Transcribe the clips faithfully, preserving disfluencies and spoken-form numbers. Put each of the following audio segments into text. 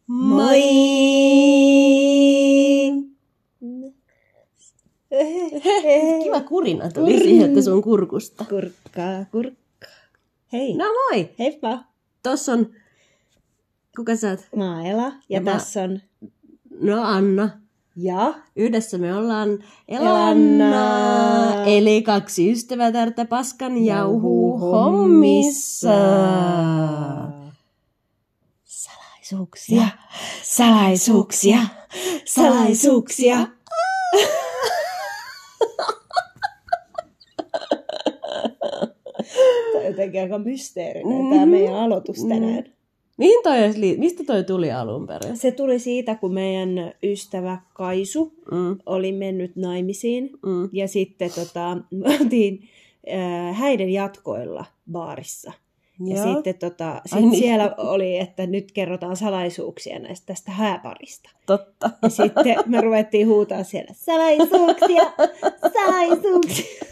Moi! Kiva kurina tuli Kur... siihen, että sun kurkusta. Kurkkaa, kurkkaa. Hei. No moi! Heippa. Tossa on... Kuka sä oot? Mä oon Ela ja, Ja mä- tässä on... No Anna. Ja... Yhdessä me ollaan Elanna. Elanna. Eli kaksi ystävätärtä paskan jauhuu Jauhuhommissa. hommissa. Salaisuuksia, salaisuuksia, salaisuuksia. Tämä on jotenkin aika mysteerinen mm. tämä meidän aloitus tänään. Mihin toi edes liit- Mistä toi tuli alun perin? Se tuli siitä, kun meidän ystävä Kaisu Mm. oli mennyt naimisiin. Mm. Ja sitten tota, me oltiin äh, häiden jatkoilla baarissa. Ja Joo. sitten tota, sit Ai niin. siellä oli, että nyt kerrotaan salaisuuksia näistä tästä hääparista. Totta. Ja sitten me ruvettiin huutaa siellä, salaisuuksia, salaisuuksia.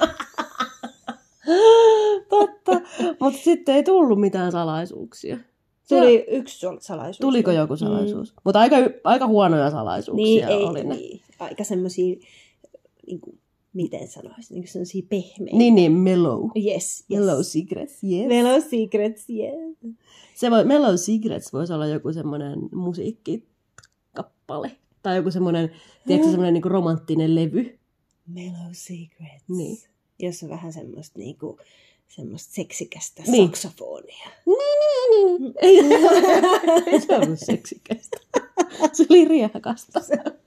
Totta. Mutta sitten ei tullut mitään salaisuuksia. Tuli yksi salaisuus. Tuliko joku salaisuus? Mm. Mutta aika, aika huonoja salaisuuksia Niin, ei, oli ne. niin. Aika semmosia, niin kuin, miten sanoisin, niin semmosia pehmeitä. Niin, niin, mellow. Yes, yes. Mellow Secrets, yes. Mellow Secrets, yes. Se voi, Mellow Secrets voisi olla joku semmoinen musiikkikappale. Tai joku semmoinen, tiedätkö, semmoinen niinku romanttinen levy. Mellow Secrets. Niin. Jos on vähän semmoista niinku, semmoista seksikästä Niin. saksofonia. Ei, ei se ollut seksikästä. Se oli riehakasta.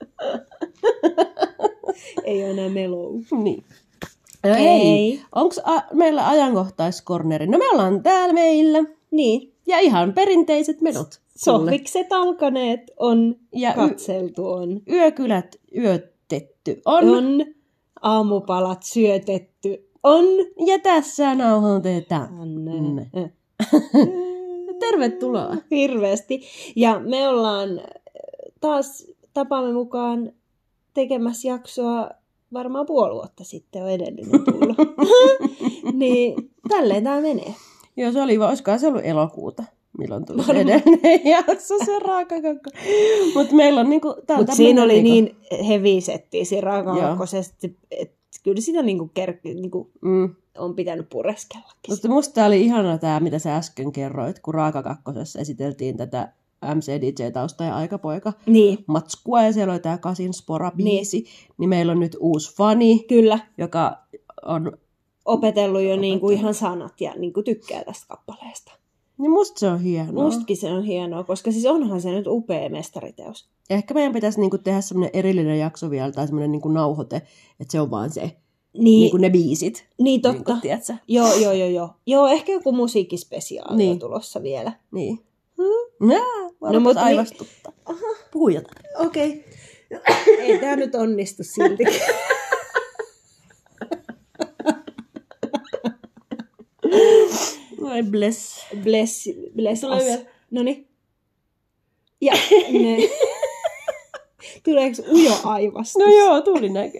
Ei ole enää mellow. Niin. No Ei. ei. Onko meillä ajankohtaiskorneri? No me ollaan täällä meillä. Niin. Ja ihan perinteiset menot. sulle. Sohvikset alkaneet on, Ja y- katseltu on. Yökylät yötetty on. On. Aamupalat syötetty on. Ja tässä nauhoitetaan. Anne. Mm. Äh. Tervetuloa. Hirveästi. Ja me ollaan taas tapamme mukaan tekemässä jaksoa varmaan puoli vuotta sitten on edellinen tullut. Niin tälleen tää menee. Joo, se oli, olisikohan se ollut elokuuta, milloin tuli se edellinen jakso, se raakakakko. Mutta meillä on niinku... Mutta siinä oli niin heavy settiä siinä raakakakkosessa, että kyllä sitä niinku ker- niinku Mm. on pitänyt pureskellakin. Mutta musta tää oli ihana tää, mitä sä äsken kerroit, kun Raakakakkosessa esiteltiin tätä M C D J-tausta ja aikapoika Niin, matskua, ja siellä oli tää Kasin Spora-biisi, niin. niin meillä on nyt uusi fani, kyllä. joka on... Opetellut jo niinku ihan sanat ja niinku tykkää tästä kappaleesta. Niin musta se on hienoa. Mustakin se on hienoa, koska siis onhan se nyt upea mestariteos. Ja ehkä meidän pitäisi niinku tehdä semmoinen erillinen jakso vielä, tai semmoinen niinku nauhoite, että se on vaan se, Niin, niinku ne biisit. niin totta. Niinku, tiedätkö? Joo, joo, joo, joo. Joo, ehkä joku musiikkispesiaali Niin. on tulossa vielä. Niin. Hmm? Jaa, No, no, mut mutta aivastuttaa. Aha, Puhu jotain. okei. Okay. Ei tää nyt onnistu silti. Ai bless. Bless, bless Tulee us. vielä. Noniin. Ja ne... Tuleeko ujo aivastus? No joo, tuli näkee.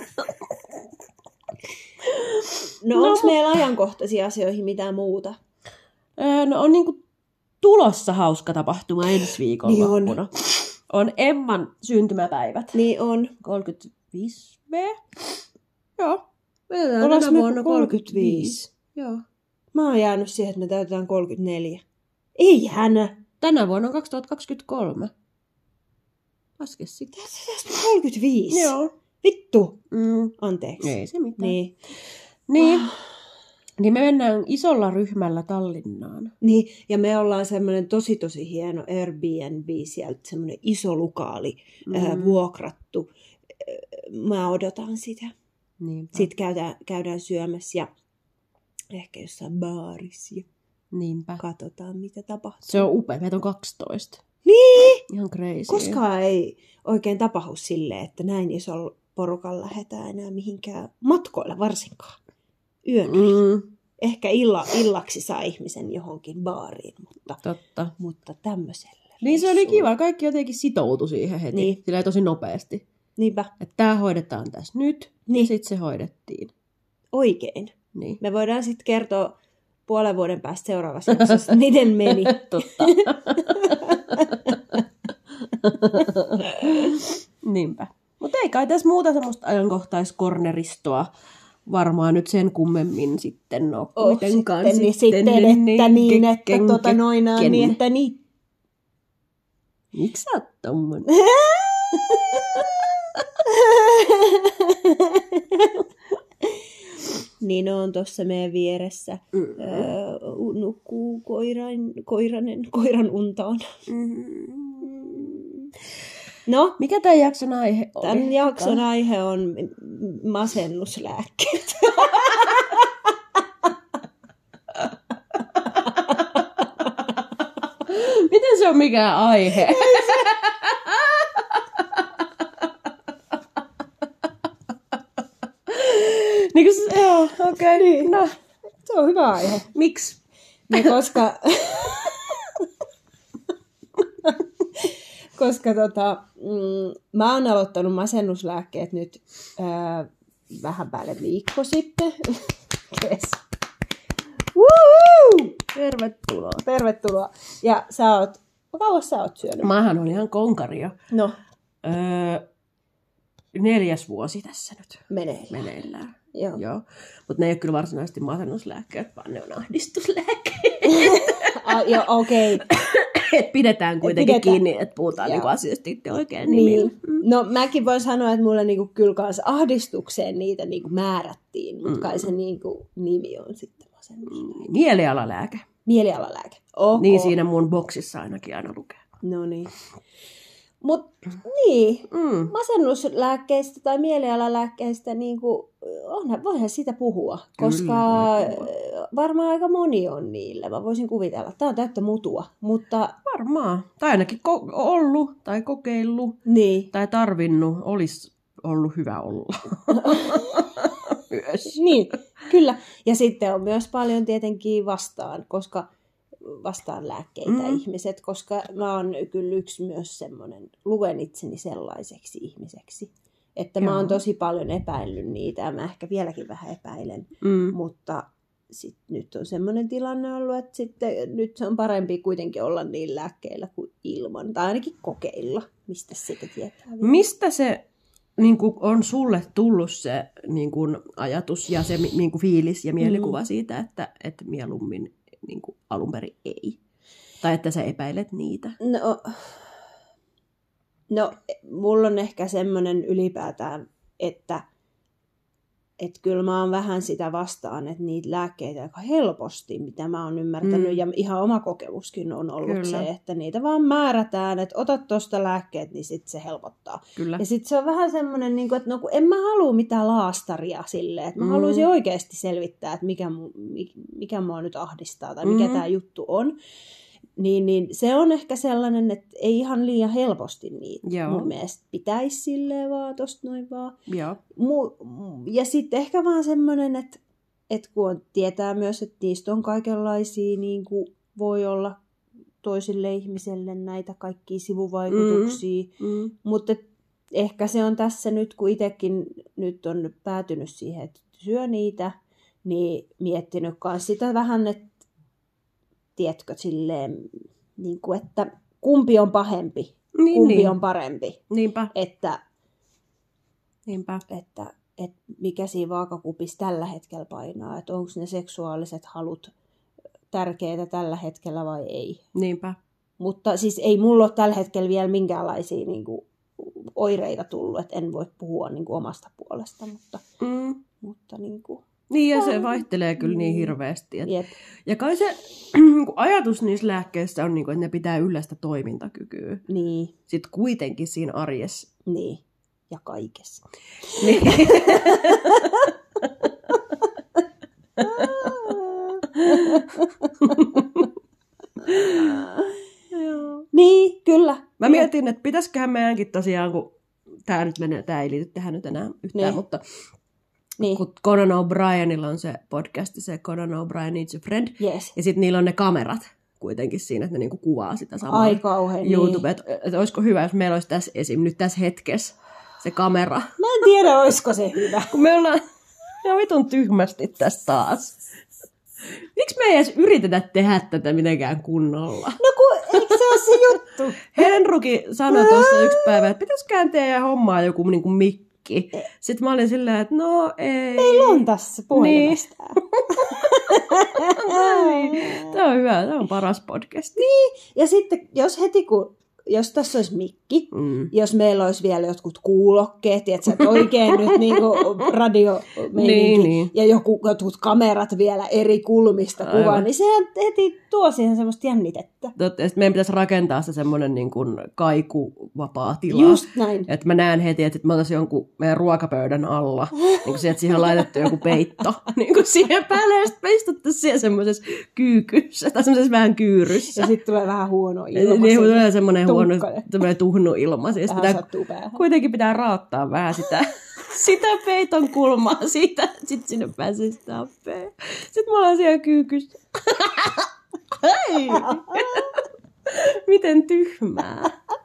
No, No, onko mut- meillä ajankohtaisia asioihin mitään muuta? Öö, no on niinku tulossa hauska tapahtuma ensi Niin on. viikonloppuna. On Emman syntymäpäivät. Niin on. kolmekymmentäviisi V. Joo. Me täytetään Olas tänä me vuonna kolmekymmentäviisi. Joo. Mä oon jäänyt siihen, että me täytetään kolmekymmentäneljä. Ei hänä. Tänä vuonna on kaksituhattakaksikymmentäkolme. Laske sitä. Tästä kolmekymmentäviisi. Joo. Vittu. Mm. Anteeksi. Ei se mitään. Niin. Niin. Niin me mennään isolla ryhmällä Tallinnaan. Niin, ja me ollaan semmoinen tosi tosi hieno Airbnb sieltä, semmoinen iso lukaali, mm. ää, vuokrattu. Mä odotan sitä. Niinpä. Sitten käydään, käydään syömässä ja ehkä jossain baarissa ja Niinpä. katsotaan, mitä tapahtuu. Se on upea. Meitä on kaksitoista. Niin! Ihan crazy. Koskaan ei oikein tapahdu silleen, että näin isolla porukalla lähdetään enää mihinkään matkoilla varsinkaan. Yön yli. Mm, Ehkä illa, illaksi saa ihmisen johonkin baariin, mutta, totta. mutta tämmöiselle. Niin se oli reissulle. kiva. Kaikki jotenkin sitoutui siihen heti. Niin. Sillä tosi nopeasti. Niinpä, Että tää hoidetaan tässä nyt. Niin. Ja sitten se hoidettiin. oikein. Niin. Me voidaan sitten kertoa puolen vuoden päästä seuraavassa jaksossa, miten meni. Totta. Niinpä. Mutta ei kai tässä muuta semmoista ajankohtaiskorneristoa varmaan nyt sen kummemmin sitten ole Oh, kuitenkaan. sitten, niin, sitten, sitten niin, että niin, niin, että kekken, tota noinaan, kekken. niin että niin. Miksi sä oot tommonen? Niin on tuossa meidän vieressä. Mm-hmm. Öö, nukkuu koiran, koiranen, koiran untaan. Mm-hmm. No, Mikä tämän jakson aihe oli? tämän jakson aihe on masennuslääkkeet. Miten se on mikään aihe? Niin kuin, joo, okei. Okay. Niin. No, Se on hyvä aihe. miksi? No, koska koska tota, mm, mä oon aloittanut masennuslääkkeet nyt ää, vähän päälle viikko sitten. Yes. Woo! Tervetuloa. Tervetuloa. Ja sä oot, kauas sä oot syönyt? Mähän on ihan konkari jo. No, Öö, neljäs vuosi tässä nyt meneillään. meneillään. Joo. Joo. Mutta ne ei ole kyllä varsinaisesti masennuslääkkeet, vaan ne on ahdistuslääkkeet. Ah, joo, okei. Okay. Et pidetään kuitenkin Pidetään. kiinni, että puhutaan niinku asioista itse oikein Niin. nimillä. No mäkin voin sanoa, että mulle niinku kyllä kanssa ahdistukseen niitä niinku määrättiin, mutta Mm. kai se niinku nimi on sitten masennuslääke. Mielialalääke. Mielialalääke. Okay. Niin siinä mun boksissa ainakin aina lukee. No niin. Mut niin, Mm. masennuslääkkeistä tai mielialalääkkeistä niinku, onhan, voihan sitä puhua, Kyllä, koska voi puhua. varmaan aika moni on niillä. Mä voisin kuvitella. Tää on täyttä mutua, mutta Varmaan. Tai ainakin ko- ollut, tai kokeillut, niin. tai tarvinnut. Olisi ollut hyvä olla. Myös. Niin, kyllä. Ja sitten on myös paljon tietenkin vastaan, koska vastaan lääkkeitä Mm. mm. ihmiset, koska mä oon kyllä yksi myös semmoinen, luen itseni sellaiseksi ihmiseksi. Että mä Joo. oon tosi paljon epäillyt niitä ja mä ehkä vieläkin vähän epäilen. Mm. Mutta sit nyt on semmoinen tilanne ollut, että sitten nyt se on parempi kuitenkin olla niin lääkkeillä kuin ilman. Tai ainakin kokeilla, mistä sitä tietää. vielä. Mistä se niin kuin, on sulle tullut se niin kuin, ajatus ja se niin kuin, fiilis ja mielikuva Mm. siitä, että, että mieluummin niin kuin, alun perin ei? Tai että sä epäilet niitä? No, no, mulla on ehkä semmoinen ylipäätään, että et kyllä mä oon vähän sitä vastaan, että niitä lääkkeitä aika helposti, mitä mä oon ymmärtänyt, Mm. ja ihan oma kokemuskin on ollut Kyllä. se, että niitä vaan määrätään, että otat tosta lääkkeet, niin sit se helpottaa. Kyllä. Ja sitten se on vähän semmoinen, niin että no, kun en mä halua mitään laastaria silleen, että mä Mm. haluaisin oikeasti selvittää, että mikä, mu, mikä mua nyt ahdistaa tai mikä Mm. tämä juttu on. Niin, niin se on ehkä sellainen, että ei ihan liian helposti niitä Joo. mun mielestä pitäisi silleen vaan tosta noin vaan. Joo. Mu- ja sitten ehkä vaan semmoinen, että, että kun on, tietää myös, että niistä on kaikenlaisia, niin kuin voi olla toisille ihmiselle näitä kaikkia sivuvaikutuksia. Mm. Mutta ehkä se on tässä nyt, kun itsekin nyt on päätynyt siihen, että syö niitä, niin miettinyt myös sitä vähän, että tiedätkö, silleen, niin kuin, että kumpi on pahempi, Niin, kumpi niin. on parempi. Niinpä. Että, Niinpä. että, että mikä siinä vaakakupissa tällä hetkellä painaa, että onko ne seksuaaliset halut tärkeitä tällä hetkellä vai ei. Niinpä. Mutta siis ei mulla ole tällä hetkellä vielä minkäänlaisia niin kuin, oireita tullut, että en voi puhua niin kuin, omasta puolesta, mutta, Mm. mutta niin kuin, Niin, ja se vaihtelee kyllä niin hirveästi. Et... jep. Ja kai se ajatus niissä lääkkeissä on, että ne pitää yllä sitä toimintakykyä. Niin, Sitten kuitenkin siinä arjessa. niin. Ja kaikessa. Niin. Niin, kyllä. Mä mietin, että pitäisiköhän meidänkin tosiaan, kun tää nyt menee, tää ei liity tähän nyt enää yhtään, Niin. mutta Niin. kun Conan O'Brienilla on se podcast, se Conan O'Brien Needs a Friend, Yes. ja sitten niillä on ne kamerat kuitenkin siinä, että ne niinku kuvaa sitä samaa Ai kauhean, YouTube, niin. että et olisiko hyvä, jos meillä olisi tässä esim. Nyt tässä hetkessä se kamera. Mä en tiedä, olisiko se hyvä. Kun me ollaan ihan vitun tyhmästi tässä taas. Miksi me ei edes yritetä tehdä tätä mitenkään kunnolla? No kun, eikö sä se ole se juttu? Henrukin sanoi tuossa yksi päivä, että pitäisikään teidän hommaa joku niin kuin mikki. Sitten mä olin silleen, että no ei. Ei lontassa puhelimesta. Niin. Tämä on hyvä, tämä on paras podcast. Niin, ja sitten jos heti kun, jos tässä olisi mikki, mm. jos meillä olisi vielä jotkut kuulokkeet, että sä oikein nyt niinku radio niin, niin. ja joku, jotkut kamerat vielä eri kulmista kuvaa, niin se heti tuo siihen semmoista jännitettä. Totta, ja meidän pitäisi rakentaa se semmoinen niin kuin kaikuvapaa tila. Just näin. Että mä näen heti, että mä ottaisin jonkun meidän ruokapöydän alla, niin kuin siihen, että siihen on laitettu joku peitto niin kuin siihen päälle, ja sitten me istuttaisiin siihen semmoisessa kyykyssä, tai semmoisessa vähän kyyryssä. Ja sitten tulee vähän huono ilma. Niin, tulee semmoinen huono, semmoinen tuhnu ilma. Siis vähän pitää, sattuu päähän. kuitenkin pitää raottaa vähän sitä, sitä peiton kulmaa siitä, sitten sinne pääsee sitä happea. Sitten mulla on siellä kyykyssä. Hei! Miten tyhmää.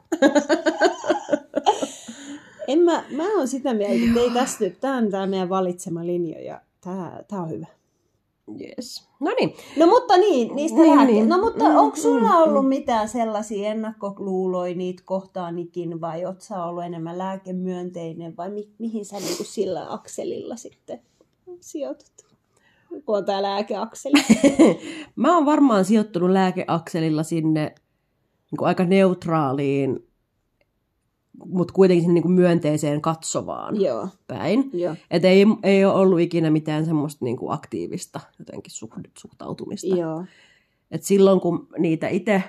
En mä, mä oon sitä mieltä, että ei tässä nyt, tää on tää meidän valitsema linja ja tää, tää on hyvä. Yes. No niin. No mutta niin, niistä niin, lääke... niin. No mutta Mm, onko sulla mm, ollut mm. mitään sellaisia ennakkoluuloja niitä kohtaanikin, vai oot sä ollut enemmän lääkemyönteinen, vai mi- mihin sä niinku sillä akselilla sitten sijoitut? Kun on tää lääkeakseli. Mä oon varmaan sijoittunut lääkeakselilla sinne niin kuin aika neutraaliin, mutta kuitenkin sinne niin kuin myönteiseen katsovaan Joo. päin. Joo. Että ei, ei ole ollut ikinä mitään semmoista niin kuin aktiivista jotenkin suhtautumista. Joo. Et silloin kun niitä itse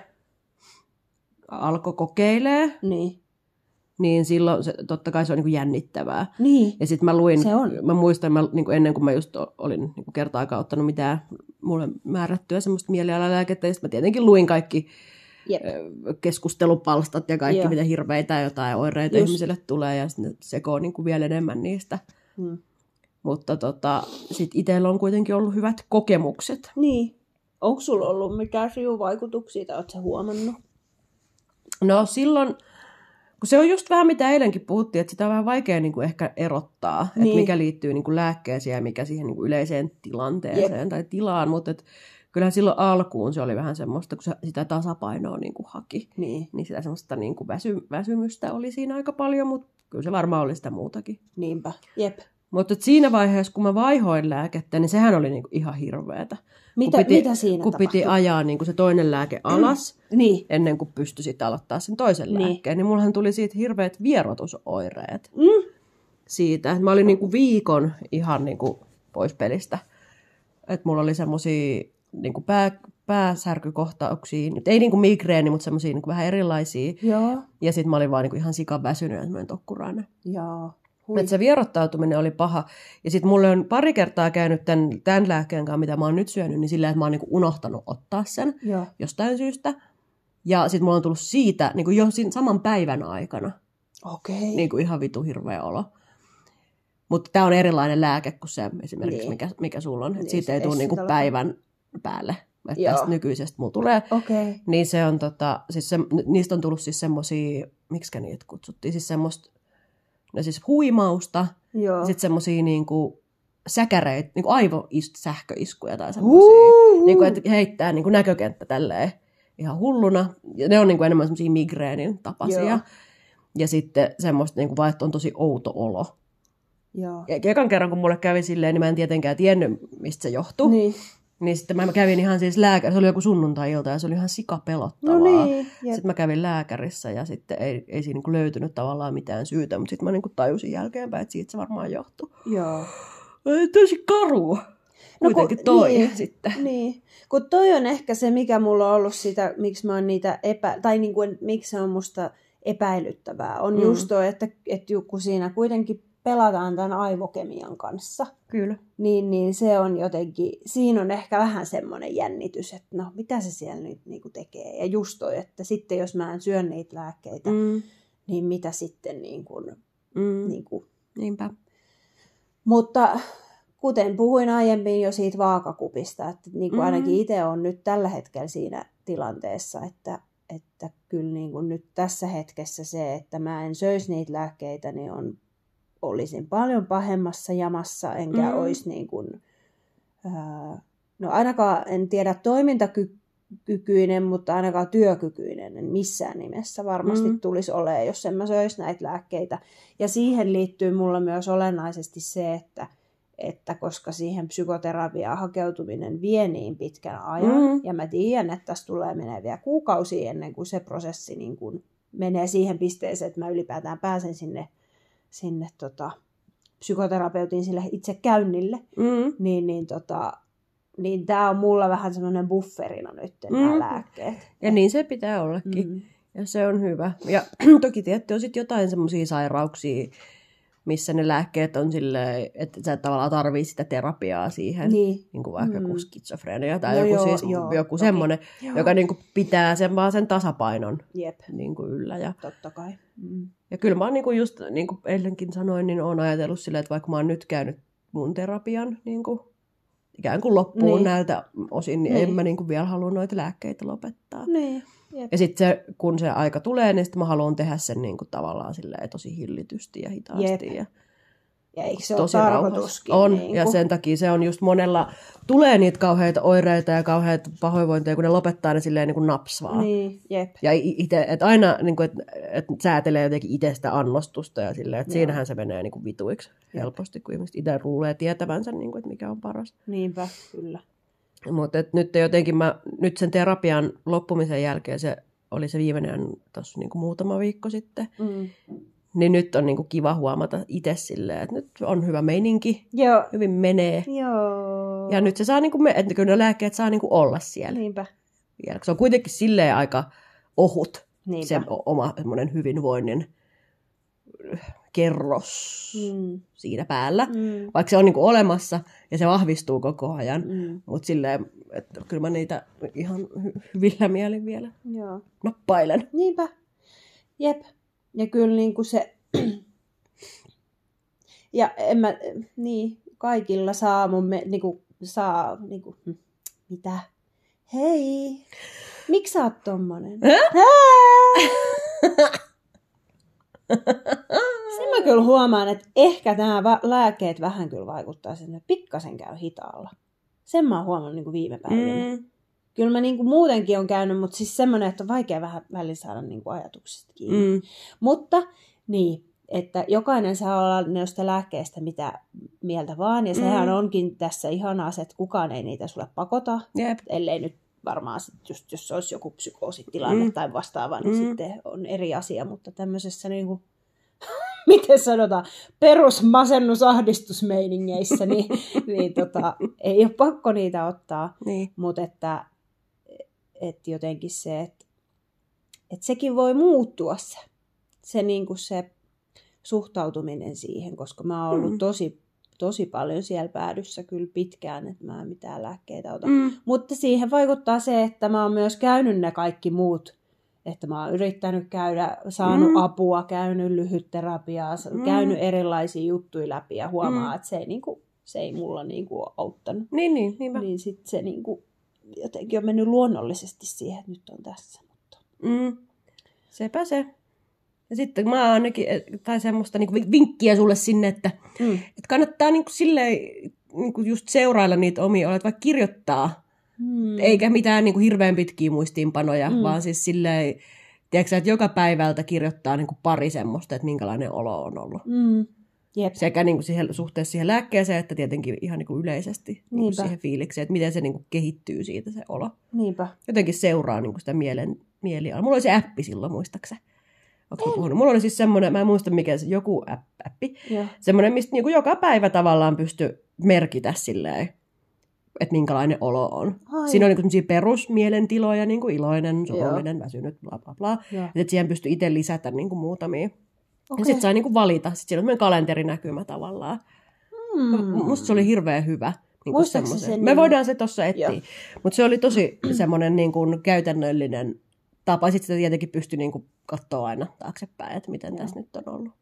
alkoi kokeilee, Niin. niin silloin se, totta kai se on niin kuin jännittävää. Niin. Ja sitten mä luin, Se on. mä muistan, mä, niin kuin ennen kuin mä just olin niin kuin kertaakaan ottanut mitään mulle määrättyä semmoista mielialalääkettä, ja sitten mä tietenkin luin kaikki Jep. keskustelupalstat ja kaikki, Joo. mitä hirveitä jotain oireita Just. ihmisille tulee, ja sitten sekoo niin kuin vielä enemmän niistä. Hmm. Mutta tota, sitten itsellä on kuitenkin ollut hyvät kokemukset. Niin. Onko sulla ollut mitään sivuvaikutuksia, tai ootko sä huomannut? No silloin, kun se on just vähän mitä eilenkin puhuttiin, että sitä on vähän vaikea niin kuin ehkä erottaa, niin. Että mikä liittyy niin kuin lääkkeeseen ja mikä siihen niin kuin yleiseen tilanteeseen Jep. tai tilaan, mutta et, kyllähän silloin alkuun se oli vähän semmoista, kun se, sitä tasapainoa niin kuin haki, Niin. niin sitä semmoista niin kuin väsy, väsymystä oli siinä aika paljon, mutta kyllä se varmaan oli sitä muutakin. Niinpä. Jep. Mutta siinä vaiheessa, kun mä vaihoin lääkettä, niin sehän oli niin kuin ihan hirveätä. Mitä, kun piti, mitä siinä kun tapahtui? piti ajaa niin kuin se toinen lääke alas, Niin. ennen kuin pystyi sitten aloittaa sen toisen Niin. lääkkeen, niin mullahan tuli siitä hirveät vierotusoireet. Mm. Siitä, että mä olin niinku viikon ihan niinku pois pelistä. Että mulla oli semmosia niinku pää, pääsärkykohtauksia, nyt ei niinku migreeni, mutta semmosia niinku vähän erilaisia. Joo. Ja sit mä olin vaan niinku ihan sikan väsynyt ja semmoinen tokkurainen. Joo. Että se vierottautuminen oli paha. Ja sit mulle on pari kertaa käynyt tämän, tämän lääkkeen kanssa, mitä mä oon nyt syönyt, niin sillä, että mä oon niinku unohtanut ottaa sen Joo. jostain syystä. Ja sit mulla on tullut siitä niinku jo siinä saman päivän aikana. Okei. Niin kuin ihan vitu hirveä olo. Mutta tämä on erilainen lääke kuin se esimerkiksi, Niin. mikä, mikä sulla on. Niin, Siitä se ei tule niinku Essilor. päivän päälle. Että Joo. tästä nykyisestä mulla tulee. Okei. Niin se on tota, siis se, niistä on tullut siis semmosia, miksikä niitä kutsuttiin, siis semmoista, no siis huimausta, Joo. sitten semmosia niinku säkäreitä, niinku aivosähköiskuja tai semmosia. Uhuhu. Niinku, että heittää niinku näkökenttä tälleen ihan hulluna. Ja ne on niinku enemmän semmosia migreenin tapaisia. Joo. Ja sitten semmoista, niin kuin vaan, että on tosi outo olo. Joo. Ja ekan kerran, kun mulle kävi silleen, niin mä en tietenkään tiennyt, mistä se johtui. Niin. Niin sitten mä kävin ihan siis lääkärissä, se oli joku sunnuntai-ilta ja se oli ihan sikapelottavaa. No niin. Jep. Sitten mä kävin lääkärissä ja sitten ei, ei siinä niin löytynyt tavallaan mitään syytä, mutta sitten mä niin tajusin jälkeenpäin, että siitä se varmaan johtui. Joo. Tosi karua. Kuitenkin kun- toi niin. sitten. Niin, kun toi on ehkä se, mikä mulla on ollut sitä, miksi mä oon niitä epä... Tai niin kuin, miksi se on musta epäilyttävää. On Mm. mm. just toi, että, että kun siinä kuitenkin pelataan tämän aivokemian kanssa, Kyllä. niin, niin se on jotenkin... Siinä on ehkä vähän semmoinen jännitys, että no, mitä se siellä nyt niin kuin tekee. Ja just toi, että sitten jos mä en syö niitä lääkkeitä, mm. Mm. niin mitä sitten niin kuin... Mm. Niin kuin... Niinpä. Mutta... Kuten puhuin aiemmin jo siitä vaakakupista, että niin kuin Mm. ainakin itse olen nyt tällä hetkellä siinä tilanteessa, että, että kyllä niin kuin nyt tässä hetkessä se, että mä en söisi niitä lääkkeitä, niin on, olisin paljon pahemmassa jamassa, enkä Mm. olisi niin kuin, ää, no ainakaan en tiedä toimintaky, kykyinen, mutta ainakaan työkykyinen en missään nimessä varmasti Mm. tulisi olemaan, jos en mä söisi näitä lääkkeitä. Ja siihen liittyy mulla myös olennaisesti se, että, että koska siihen psykoterapiaan hakeutuminen vie niin pitkän ajan, Mm. ja mä tiedän, että tässä tulee menee vielä kuukausia ennen kuin se prosessi niin kuin menee siihen pisteeseen, että mä ylipäätään pääsen sinne, sinne tota, psykoterapeutin sille itse käynnille, Mm. niin, niin, tota, niin tämä on mulla vähän semmoinen bufferina nyt Mm. nämä lääkkeet. Ja niin se pitää ollakin. Mm. Ja se on hyvä. Ja toki tietysti on sitten jotain semmoisia sairauksia, missä ne lääkkeet on silleen, että sä et tavallaan tarvii sitä terapiaa siihen. Niin. Niin kuin vaikka Mm. joku skitsofrenia tai No joku, joo, siis, joo, joku toki. semmoinen, Joo. joka niin kuin pitää sen vaan sen tasapainon Jep, niin kuin yllä. Ja, totta kai. Mm. ja kyllä mä oon niin kuin just, niin kuin eilenkin sanoin, niin oon ajatellut silleen, että vaikka mä oon nyt käynyt mun terapian niin kuin ikään kuin loppuun Niin. näiltä osin, niin, Niin. en mä niin kuin vielä halua noita lääkkeitä lopettaa. Niin, jep. Ja sitten se, kun se aika tulee, niin sitten mä haluan tehdä sen niin kuin tavallaan silleen tosi hillitysti ja hitaasti. Jep. Ja Ja eikö se tosi ole rauhassa. tarkoituskin? On, niin ja kuin? sen takia se on just monella, tulee niitä kauheita oireita ja kauheita pahoinvointeja, kun ne lopettaa ne silleen niin kuin naps vaan. Niin, jep. Ja itse, että aina niin kuin, että, että säätelee jotenkin itse sitä annostusta ja silleen, että Joo. siinähän se menee niin kuin vituiksi helposti, kun ihmiset itse luulee tietävänsä, niin kuin, että mikä on paras. Niinpä, kyllä. Mutta nyt jotenkin mä, nyt sen terapian loppumisen jälkeen se oli se viimeinen tuossa niin kuin muutama viikko sitten, Mm. niin nyt on niin kuin kiva huomata itse silleen, että nyt on hyvä meininki, Joo. hyvin menee. Joo. Ja nyt se saa, niin kuin, että kyllä ne lääkkeet saa niin kuin olla siellä. Niinpä. Ja se on kuitenkin silleen aika ohut, Niinpä. se oma semmoinen hyvinvoinnin kerros Mm. siinä päällä. Mm. Vaikka se on niin kuin olemassa ja se vahvistuu koko ajan. Mm. Mutta silleen, että kyllä mä niitä ihan hy- hyvillä mielin vielä Joo. nappailen. Niinpä. Jep. Ja kyllä niin kuin se... ja en mä... Niin, kaikilla saa mun... Me, niin kuin, saa... Niin kuin, hm, mitä? Hei! Miksi sä oot tommonen? Sen mä kyllä huomaan, että ehkä nämä va- lääkkeet vähän kyllä vaikuttaa sen, että pikkasen käy hitaalla. Sen mä oon huomannut niin kuin viime päivinä. Mm. Kyllä mä niin kuin muutenkin on käynyt, mutta siis semmoinen, että on vaikea vähän välillä saada niin kuin ajatuksista kiinni. Mm. Mutta niin, että jokainen saa olla noista lääkkeistä mitä mieltä vaan. Ja sehän Mm. onkin tässä ihanaa se, että kukaan ei niitä sulle pakota. Jep. Ellei nyt varmaan sit just, jos olisi joku psykoositilanne Mm. tai vastaava, niin Mm. sitten on eri asia. Mutta tämmöisessä niin kuin, miten sanotaan, perusmasennusahdistusmeiningeissä, niin, niin tota, ei ole pakko niitä ottaa. Niin. Mutta että, että jotenkin se, että, että sekin voi muuttua se, se, niin kuin se suhtautuminen siihen, koska mä oon ollut Mm. tosi, tosi paljon siellä päädyssä kyllä pitkään, että mä en mitään lääkkeitä ota. Mm. Mutta siihen vaikuttaa se, että mä oon myös käynyt ne kaikki muut, että mä oon yrittänyt käydä, saanut Mm. apua, käynyt lyhytterapiaa, Mm. käynyt erilaisia juttuja läpi ja huomaa, Mm. että se ei, niinku, se ei mulla niinku ole auttanut. Niin, niin, niinpä. Niin sitten se niinku, jotenkin on mennyt luonnollisesti siihen, että nyt on tässä. Mutta... Mm. Sepä se. Ja sitten mä ainakin, tai semmoista niinku vinkkiä sulle sinne, että, Mm. että kannattaa niinku silleen niinku just seurailla niitä omia olet, vaikka kirjoittaa. Mm. Eikä mitään niinku hirveän pitkiä muistiinpanoja, Mm. vaan siis silleen, tiedätkö, että joka päivältä kirjoittaa niinku pari semmoista, että minkälainen olo on ollut. Mm. Jep. Sekä niinku siihen, suhteessa siihen lääkkeeseen, että tietenkin ihan niinku yleisesti niinku Niinpä. siihen fiilikseen, että miten se niinku kehittyy siitä se olo. Niinpä. Jotenkin seuraa niinku sitä mielen, mielialaa. Mulla oli se appi silloin, muistaakseni. Onko mä puhunut? Mulla oli siis semmoinen, mä en muista mikä se, joku appi. Joo. Semmoinen, mistä niinku joka päivä tavallaan pystyi merkitä silleen, että minkälainen olo on. Ai. Siinä on niinku semmoisia perusmielentiloja, niinku iloinen, surullinen, väsynyt, bla bla bla. Joo. Ja sitten siihen pystyi itse lisätä niinku muutamia. Okei. Ja sitten sai niinku valita. Sitten siinä on semmoinen kalenterinäkymä tavallaan. Mm. Musta se oli hirveän hyvä. Niin Muistatko sen Me nimen? voidaan se tuossa etsiä. Joo. Mutta se oli tosi semmoinen niin kuin käytännöllinen tapa. Sitten sitä tietenkin pystyi niin kuin katsoa aina taaksepäin, että miten tässä nyt on ollut.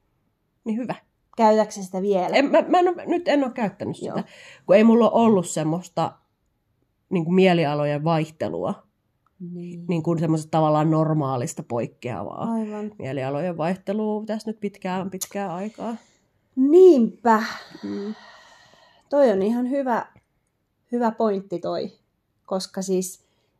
Niin hyvä. Käytätkö sä sitä vielä? En, mä, mä en ole, nyt en ole käyttänyt sitä, Joo. kun ei mulla ole ollut semmoista niin kuin mielialojen vaihtelua. Niin. Niin kuin semmoisesta tavallaan normaalista poikkeavaa Aivan. mielialojen vaihtelua tässä nyt pitkään, pitkään aikaa. Niinpä. Mm. Toi on ihan hyvä, hyvä pointti toi, koska siis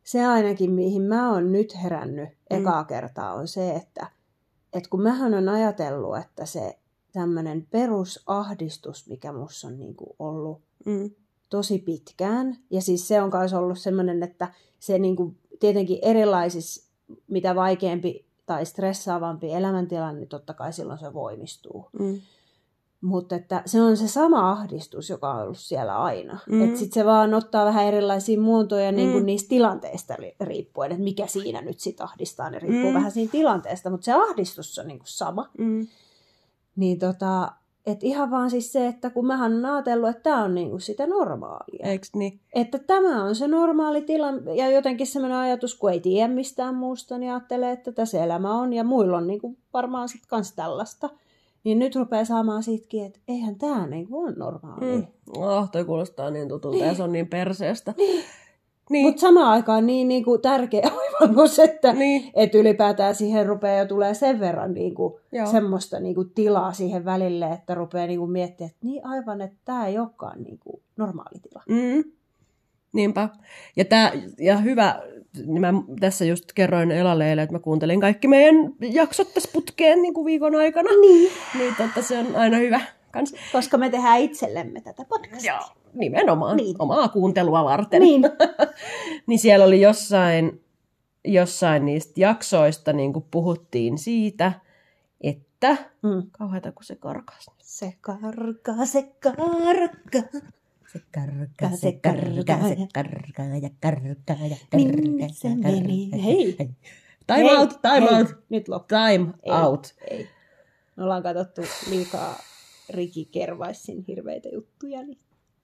se ainakin, mihin mä oon nyt herännyt Mm. ekaa kertaa, on se, että, että kun mähän on ajatellut, että se tämmöinen perusahdistus, mikä musta on niin kuin ollut Mm. tosi pitkään, ja siis se on myös ollut semmoinen, että se niin kuin tietenkin erilaisissa, mitä vaikeampi tai stressaavampi elämäntilanne, niin totta kai silloin se voimistuu. Mm. Mutta että se on se sama ahdistus, joka on ollut siellä aina. Mm. Että sitten se vaan ottaa vähän erilaisia muotoja niin kuin Mm. niistä tilanteista riippuen, että mikä siinä nyt sit ahdistaa, ne riippuu Mm. vähän siinä tilanteesta, mutta se ahdistus on niin kuin sama. Mm. Niin tota, että ihan vaan siis se, että kun mähän on ajatellut, että tämä on niin kuin sitä normaalia. Eiks niin? Että tämä on se normaali tila, ja jotenkin semmoinen ajatus, kun ei tiedä mistään muusta, niin ajattelee, että tässä elämä on, ja muilla on niin kuin varmaan sitten kans tällaista. Niin nyt rupeaa saamaan siitäkin, että eihän tämä niin kuin ole normaalia. Mm. Oh, toi kuulostaa niin tutulta niin. Ja se on niin perseestä. Niin. Niin. Mutta samaan aikaan niin, niin kuin tärkeä oivallus, että Niin. et ylipäätään siihen rupeaa jo tulee sen verran niin kuin Joo. semmoista niin kuin tilaa siihen välille, että rupeaa niin kuin miettimään, että niin aivan, että tämä ei olekaan niin kuin normaali tila. Mm. Niinpä. Ja, tää, ja hyvä, niin mä tässä just kerroin Elalle eilen, että mä kuuntelin kaikki meidän jaksot tässä putkeen niin kuin viikon aikana. Niin. Niin totta, se on aina hyvä kans. Koska me tehdään itsellemme tätä podcastia. Joo, nimenomaan. Niin. Omaa kuuntelua varten. Niin. Niin siellä oli jossain, jossain niistä jaksoista, niin kuin puhuttiin siitä, että... Mm. Kauheata, kun se karkas. Se karkaa, se karkaa. Se karkaa, se karkaa, se karkaa ja karkaa ja Minne se meni? Hei. Time Hei. out, time Hei. out. Nyt loppu. Time Ei, out. Ei. Me ollaan katsottu liikaa Riki Kervaisin hirveitä juttuja. Niin...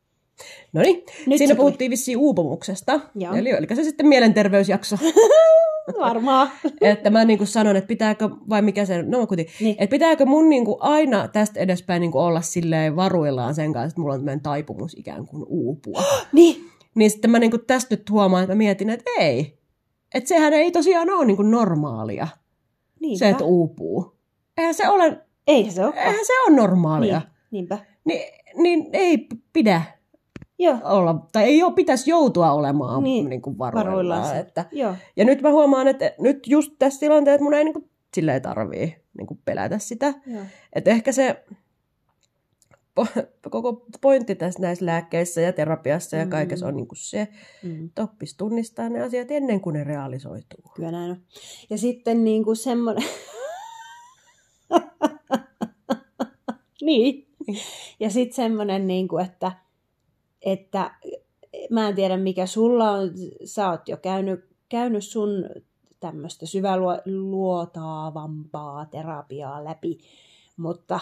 No niin, Nyt siinä se puhuttiin vissiin uupumuksesta. Joo. Eli oliko se sitten mielenterveysjakso? Varmaan. Että mä niin kuin sanon, että pitääkö, vai mikä se, no kuitenkin, Niin. että pitääkö mun niin kuin aina tästä edespäin niin kuin olla silleen varuillaan sen kanssa, että mulla on tämmöinen taipumus ikään kuin uupua. Niin. Niin sitten mä niin kuin tästä nyt huomaan, että mä mietin, että ei. Että sehän ei tosiaan ole niin kuin normaalia, Niinpä. se, että uupuu. Eihän se ole, Ei se ole. eihän se ole normaalia. Niin. Niinpä. Niin, niin ei pidä Joo. olla, tai ei ole, pitäisi joutua olemaan Niin, niin kuin varuillaan varuillaan. se. Että, Joo. ja nyt mä huomaan, että nyt just tässä tilanteessa mun ei niin kuin, silleen tarvii niin kuin pelätä sitä. Joo. Että ehkä se po- koko pointti tässä näissä lääkkeissä ja terapiassa ja Mm. kaikessa on niin kuin se, Mm. että oppisi tunnistaa ne asiat ennen kuin ne realisoituu. Kyllä näin on. Ja sitten niin kuin semmoinen... niin. Ja sitten semmoinen, niin kuin, että, että mä en tiedä mikä sulla on, sä oot jo käynyt, käynyt sun tämmöistä syväluotaavampaa terapiaa läpi, mutta...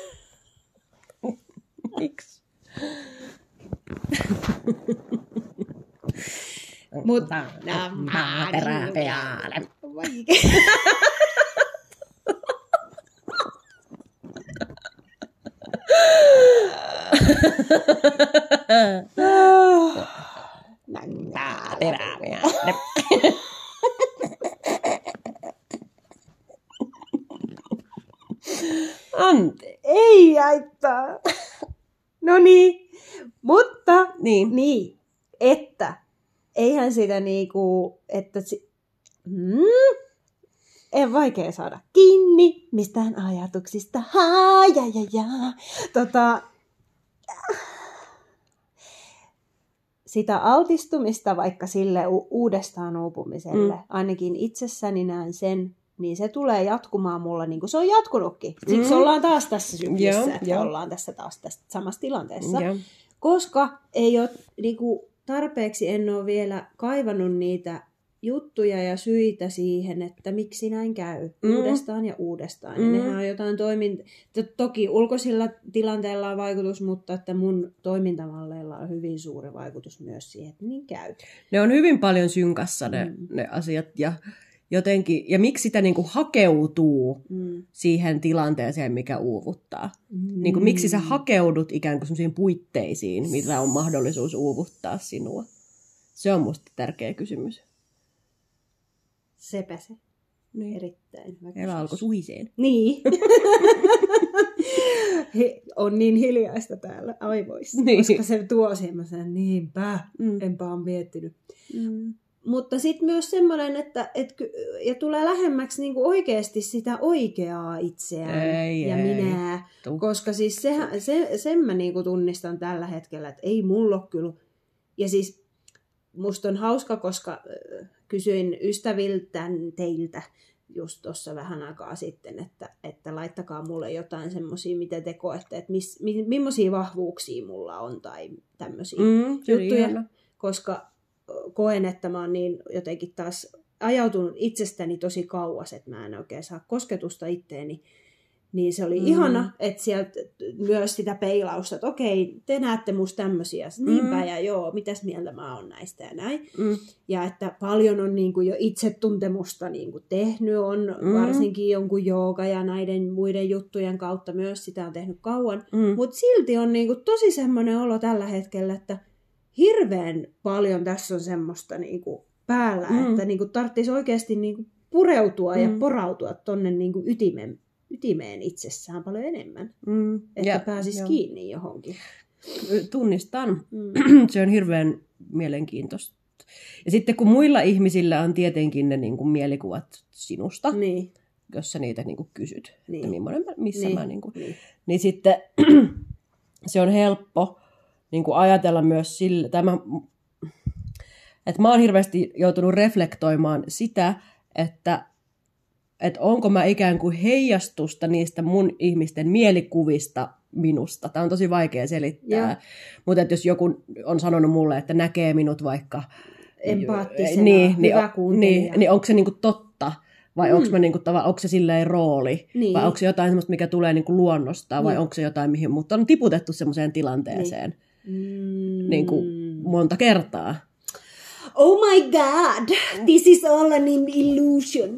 Miksi? Mutta nämä terapiaalle. Nämä terapiaalle. Anteeksi. Ei haittaa. No niin, mutta Niin. niin, että eihän sitä niinku, että si- hmm, en vaikea saada kiinni mistään ajatuksista. Haa, ja, ja, ja. Tota, sitä altistumista vaikka sille u- uudestaan uupumiselle, Mm. ainakin itsessäni näen sen, niin se tulee jatkumaan mulla niin kuin se on jatkunutkin. Siksi Mm. ollaan taas tässä syklissä, Joo, että joo. ollaan tässä taas tässä samassa tilanteessa. Joo. Koska ei ole niin kuin, tarpeeksi en ole vielä kaivannut niitä juttuja ja syitä siihen, että miksi näin käy Mm. uudestaan ja uudestaan. Mm. Ja nehän on jotain toimintaa. Toki ulkoisilla tilanteilla on vaikutus, mutta että mun toimintamalleilla on hyvin suuri vaikutus myös siihen, että niin käy. Ne on hyvin paljon synkassa ne, Mm. ne asiat ja jotenkin, ja miksi sitä niinku hakeutuu Mm. siihen tilanteeseen, mikä uuvuttaa. Mm. Niin kuin, miksi sä hakeudut ikään kuin sellaisiin puitteisiin, millä on mahdollisuus uuvuttaa sinua. Se on musta tärkeä kysymys. Sepä se. Niin. Erittäin hyvä. Ela alkoi suhiseen. Niin. He- on niin hiljaista täällä aivoissa, Niin. koska se tuo semmoisen niinpä, Mm. enpä ole miettinyt. Mm. mutta sitten myös semmoinen, että et, ja tulee lähemmäksi niinku oikeasti sitä oikeaa itseään ei, ja ei. minä. Tuu. Koska siis sehän, se, sen mä niinku tunnistan tällä hetkellä, että ei mulla ole kyllä. Ja siis musta on hauska, koska kysyin ystäviltä teiltä just tuossa vähän aikaa sitten, että, että laittakaa mulle jotain semmoisia, mitä te koette, että mis, mi, millaisia vahvuuksia mulla on tai tämmöisiä mm, juttuja. Koska koen, että mä oon niin jotenkin taas ajautunut itsestäni tosi kauas, että mä en oikein saa kosketusta itteeni. Niin se oli mm. ihana, että sieltä myös sitä peilausta, että okei, te näette musta tämmöisiä. Niinpä mm. ja joo, mitäs mieltä mä oon näistä ja näin. Mm. Ja että paljon on niin kuin jo itsetuntemusta niin kuin tehnyt, on mm. varsinkin jonkun jooga ja näiden muiden juttujen kautta myös sitä on tehnyt kauan. Mm. Mutta silti on niin kuin tosi semmoinen olo tällä hetkellä, että hirveän paljon tässä on semmoista niin kuin päällä, mm. että niin kuin tarvitsisi oikeasti niin kuin pureutua mm. ja porautua tonne niin kuin ytimen ytimeen itsessään paljon enemmän, mm. että ja, pääsisi joo. kiinni johonkin. Tunnistan. Mm. Se on hirveän mielenkiintoista. Ja sitten kun muilla ihmisillä on tietenkin ne niin kuin mielikuvat sinusta, niin. jos sä niitä niin kuin kysyt, niin. että millainen, missä niin. mä... Niin, kuin, niin. niin sitten se on helppo niin kuin ajatella myös sillä, tämä, että mä oon hirveästi joutunut reflektoimaan sitä, että että onko mä ikään kuin heijastusta niistä mun ihmisten mielikuvista minusta. Tämä on tosi vaikea selittää. Yeah. Mutta jos joku on sanonut mulle, että näkee minut vaikka empaattisena, niin, hyvä niin, kuuntelija. Niin, niin onko se niinku totta? Vai mm. onko, mä niinku, onko se silleen rooli? Niin. Vai onko se jotain sellaista, mikä tulee niinku luonnosta? Vai mm. onko se jotain, mihin mut on tiputettu semmoiseen tilanteeseen niin. Niinku monta kertaa? Oh my god, this is all an illusion.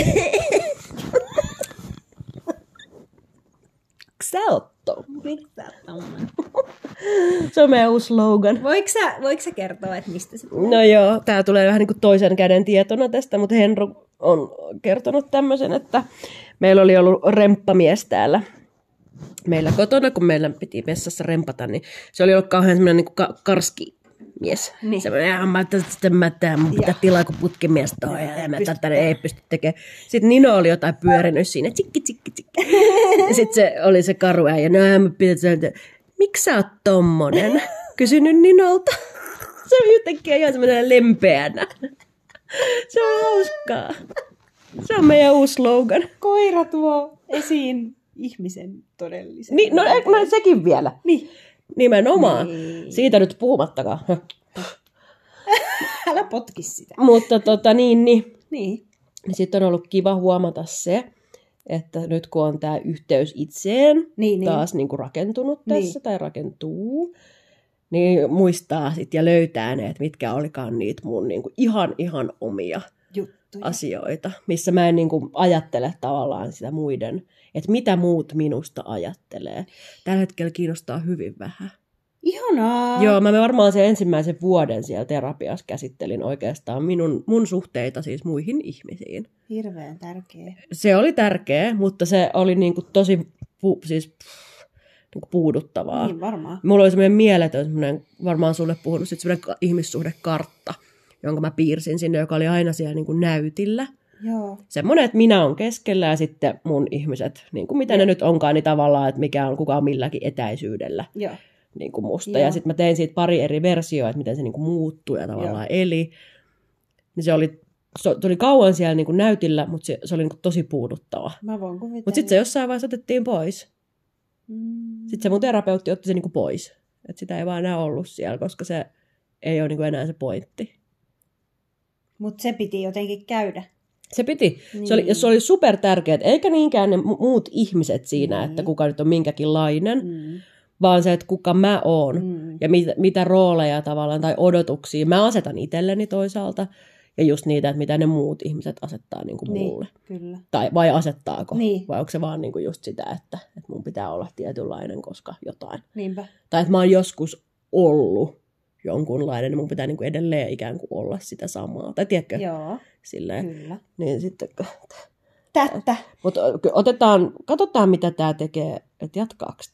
Sä oot tommonen. Se on meidän uusi slogan. Voiko sä, voiko sä kertoa, että mistä se tulee? No joo, tää tulee vähän niin kuin toisen käden tietona tästä, mutta Henru on kertonut tämmöisen, että meillä oli ollut remppamies täällä meillä kotona, kun meillä piti vessassa rempata, niin se oli ollut kauhean semmoinen niin kuin ka- karski mies. Niin. Semmoinen, mä ajattelin, että mun pitää tilaa, kun putkimies toi, ja, ja mä tätä ei pysty tekemään. Sitten Nino oli jotain pyörinyt siinä, tsikki, tsikki, tsikki. Ja sitten se oli se karu äijä, no mä pitää sanoa, että miksi sä oot tommonen? Kysynyt Ninolta. Se on jotenkin ihan semmoinen lempeänä. Se on hauskaa. Se on meidän uusi slogan. Koira tuo esiin ihmisen todellisen. Niin, no, no sekin vielä. Niin. Nimenomaan. Niin. Siitä nyt puhumattakaan. Älä potki sitä. Mutta tota niin, niin. niin. Sitten on ollut kiva huomata se, että nyt kun on tämä yhteys itseen niin, taas niin. Niin kuin rakentunut tässä niin. tai rakentuu, niin muistaa sit ja löytää ne, että mitkä olikaan niitä mun niin kuin ihan ihan omia juttuja. Asioita, missä mä en niin kuin ajattele tavallaan sitä muiden, että mitä muut minusta ajattelee. Tällä hetkellä kiinnostaa hyvin vähän. Ihanaa! Joo, mä varmaan sen ensimmäisen vuoden siellä terapiassa käsittelin oikeastaan minun, mun suhteita siis muihin ihmisiin. Hirveän tärkeä. Se oli tärkeä, mutta se oli niin kuin tosi pu, siis, pff, niin kuin puuduttavaa. Niin varmaan. Mulla oli semmoinen mieletön, semmoinen, varmaan sulle puhunut, sit semmoinen ihmissuhdekartta, jonka mä piirsin sinne, joka oli aina siellä niin kuin näytillä. Joo. Semmoinen, että minä olen keskellä ja sitten mun ihmiset, niin kuin mitä Joo. ne nyt onkaan, niin tavallaan, että mikä on kuka on milläkin etäisyydellä Joo. Niin kuin musta. Joo. Ja sitten mä tein siitä pari eri versioa, että miten se niin kuin muuttui ja tavallaan Joo. eli. Niin se oli, se oli kauan siellä niin kuin näytillä, mutta se, se oli niin kuin tosi puuduttava. Mä voin kuvitella. Mutta sitten se jossain vaiheessa otettiin pois. Mm. Sitten se mun terapeutti otti sen niin kuin pois. Että sitä ei vaan enää ollut siellä, koska se ei ole niin kuin enää se pointti. Mutta se piti jotenkin käydä. Se piti. Niin. Se oli, se oli super tärkeää, eikä niinkään ne muut ihmiset siinä, niin. että kuka nyt on minkäkinlainen, mm. vaan se, että kuka mä oon mm. ja mit, mitä rooleja tavallaan tai odotuksia mä asetan itselleni toisaalta ja just niitä, että mitä ne muut ihmiset asettaa niin kuin niin, mulle. Kyllä. Tai vai asettaako? Niin. Vai onko se vaan niin kuin just sitä, että, että mun pitää olla tietynlainen, koska jotain. Niinpä. Tai että mä oon joskus ollut jonkunlainen, niin mun pitää niin kuin edelleen ikään kuin olla sitä samaa. Tai tiedätkö? Joo, silleen. Kyllä. Niin sitten... Tättä. Mutta otetaan, katsotaan mitä tämä tekee, että jatkaako tämä. Niin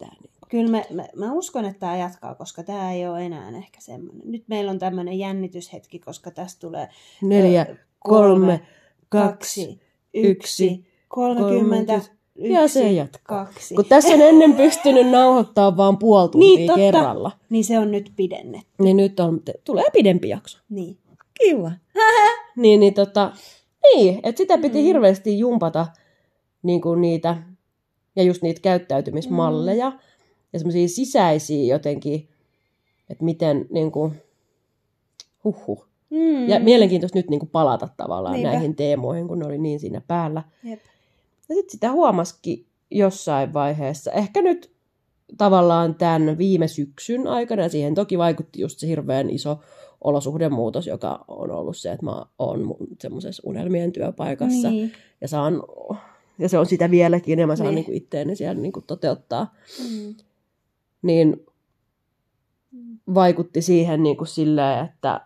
kyllä mä, mä, mä uskon, että tämä jatkaa, koska tämä ei ole enää ehkä semmoinen. Nyt meillä on tämmöinen jännityshetki, koska tästä tulee neljä, ö, kolme, kaksi, yksi, kolmekymmentä, ja se jatkaa. kaksi. Kun tässä on ennen pystynyt nauhoittamaan vaan puoli tuntia Niin, totta. kerralla. Niin se on nyt pidennetty. Niin nyt on, tulee pidempi jakso. Niin. Kiva. niin, niin, tota, niin, että sitä piti mm. hirveästi jumpata niin kuin niitä, ja just niitä käyttäytymismalleja, mm. ja semmoisia sisäisiä jotenkin, että miten niin kuin, huhhuh. Mm. Ja mielenkiintoista nyt niin kuin palata tavallaan Niinpä. näihin teemoihin, kun ne oli niin siinä päällä. Jep. Ja sitten sitä huomasikin jossain vaiheessa, ehkä nyt tavallaan tämän viime syksyn aikana, ja siihen toki vaikutti just se hirveän iso olosuhdemuutos, joka on ollut se, että mä oon semmoisessa unelmien työpaikassa, niin. ja, saan, ja se on sitä vieläkin, ja mä saan niin. niin itteeni siellä niin toteuttaa. Mm. Niin vaikutti siihen niin kuin silleen, että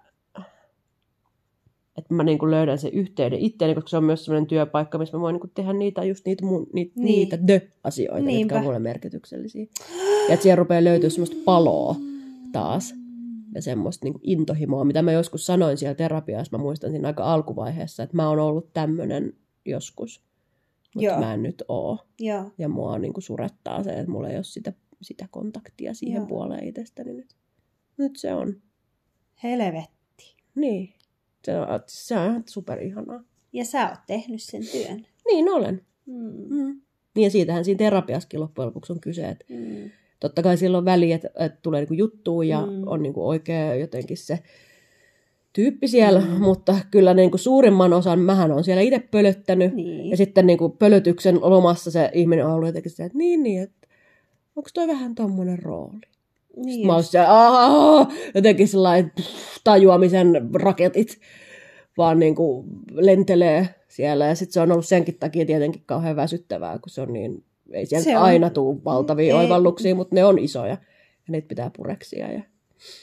että mä niinku löydän sen yhteyden itseäni, koska se on myös sellainen työpaikka, missä mä voin niinku tehdä niitä, just niitä, mun, niitä, niin. niitä dö-asioita, Niinpä. mitkä on mulle merkityksellisiä. Ja että siellä rupeaa löytyä semmoista paloa taas ja semmoista niinku intohimoa, mitä mä joskus sanoin siellä terapiassa. Mä muistan siinä aika alkuvaiheessa, että mä oon ollut tämmöinen joskus, mutta Joo. mä en nyt oo. Joo. Ja mua niinku surettaa se, että mulla ei ole sitä, sitä kontaktia siihen Joo. puoleen itsestäni nyt. Nyt se on. Helvetti. Niin. Se on, se on ihan superihanaa. Ja sä oot tehnyt sen työn. Niin olen. Mm. Mm. Niin ja siitähän siinä terapiassakin loppujen lopuksi on kyse. Että mm. totta kai sillä on väliä, että, että tulee niinku juttua ja mm. on niinku oikea jotenkin se tyyppi siellä. Mm. Mutta kyllä niinku suurimman osan mähän on siellä itse pölöttänyt. Niin. Ja sitten niinku pölötyksen lomassa se ihminen on ollut jotenkin se, että niin, niin että onko toi vähän tommonen rooli? Niin sitten mä olisin siellä, jotenkin sellainen tajuamisen raketit vaan niin kuin lentelee siellä. Ja sitten se on ollut senkin takia tietenkin kauhean väsyttävää, kun se on niin, ei sieltä se aina on... tule valtavia ei. oivalluksia, mutta ne on isoja. Ja niitä pitää pureksia. Ja,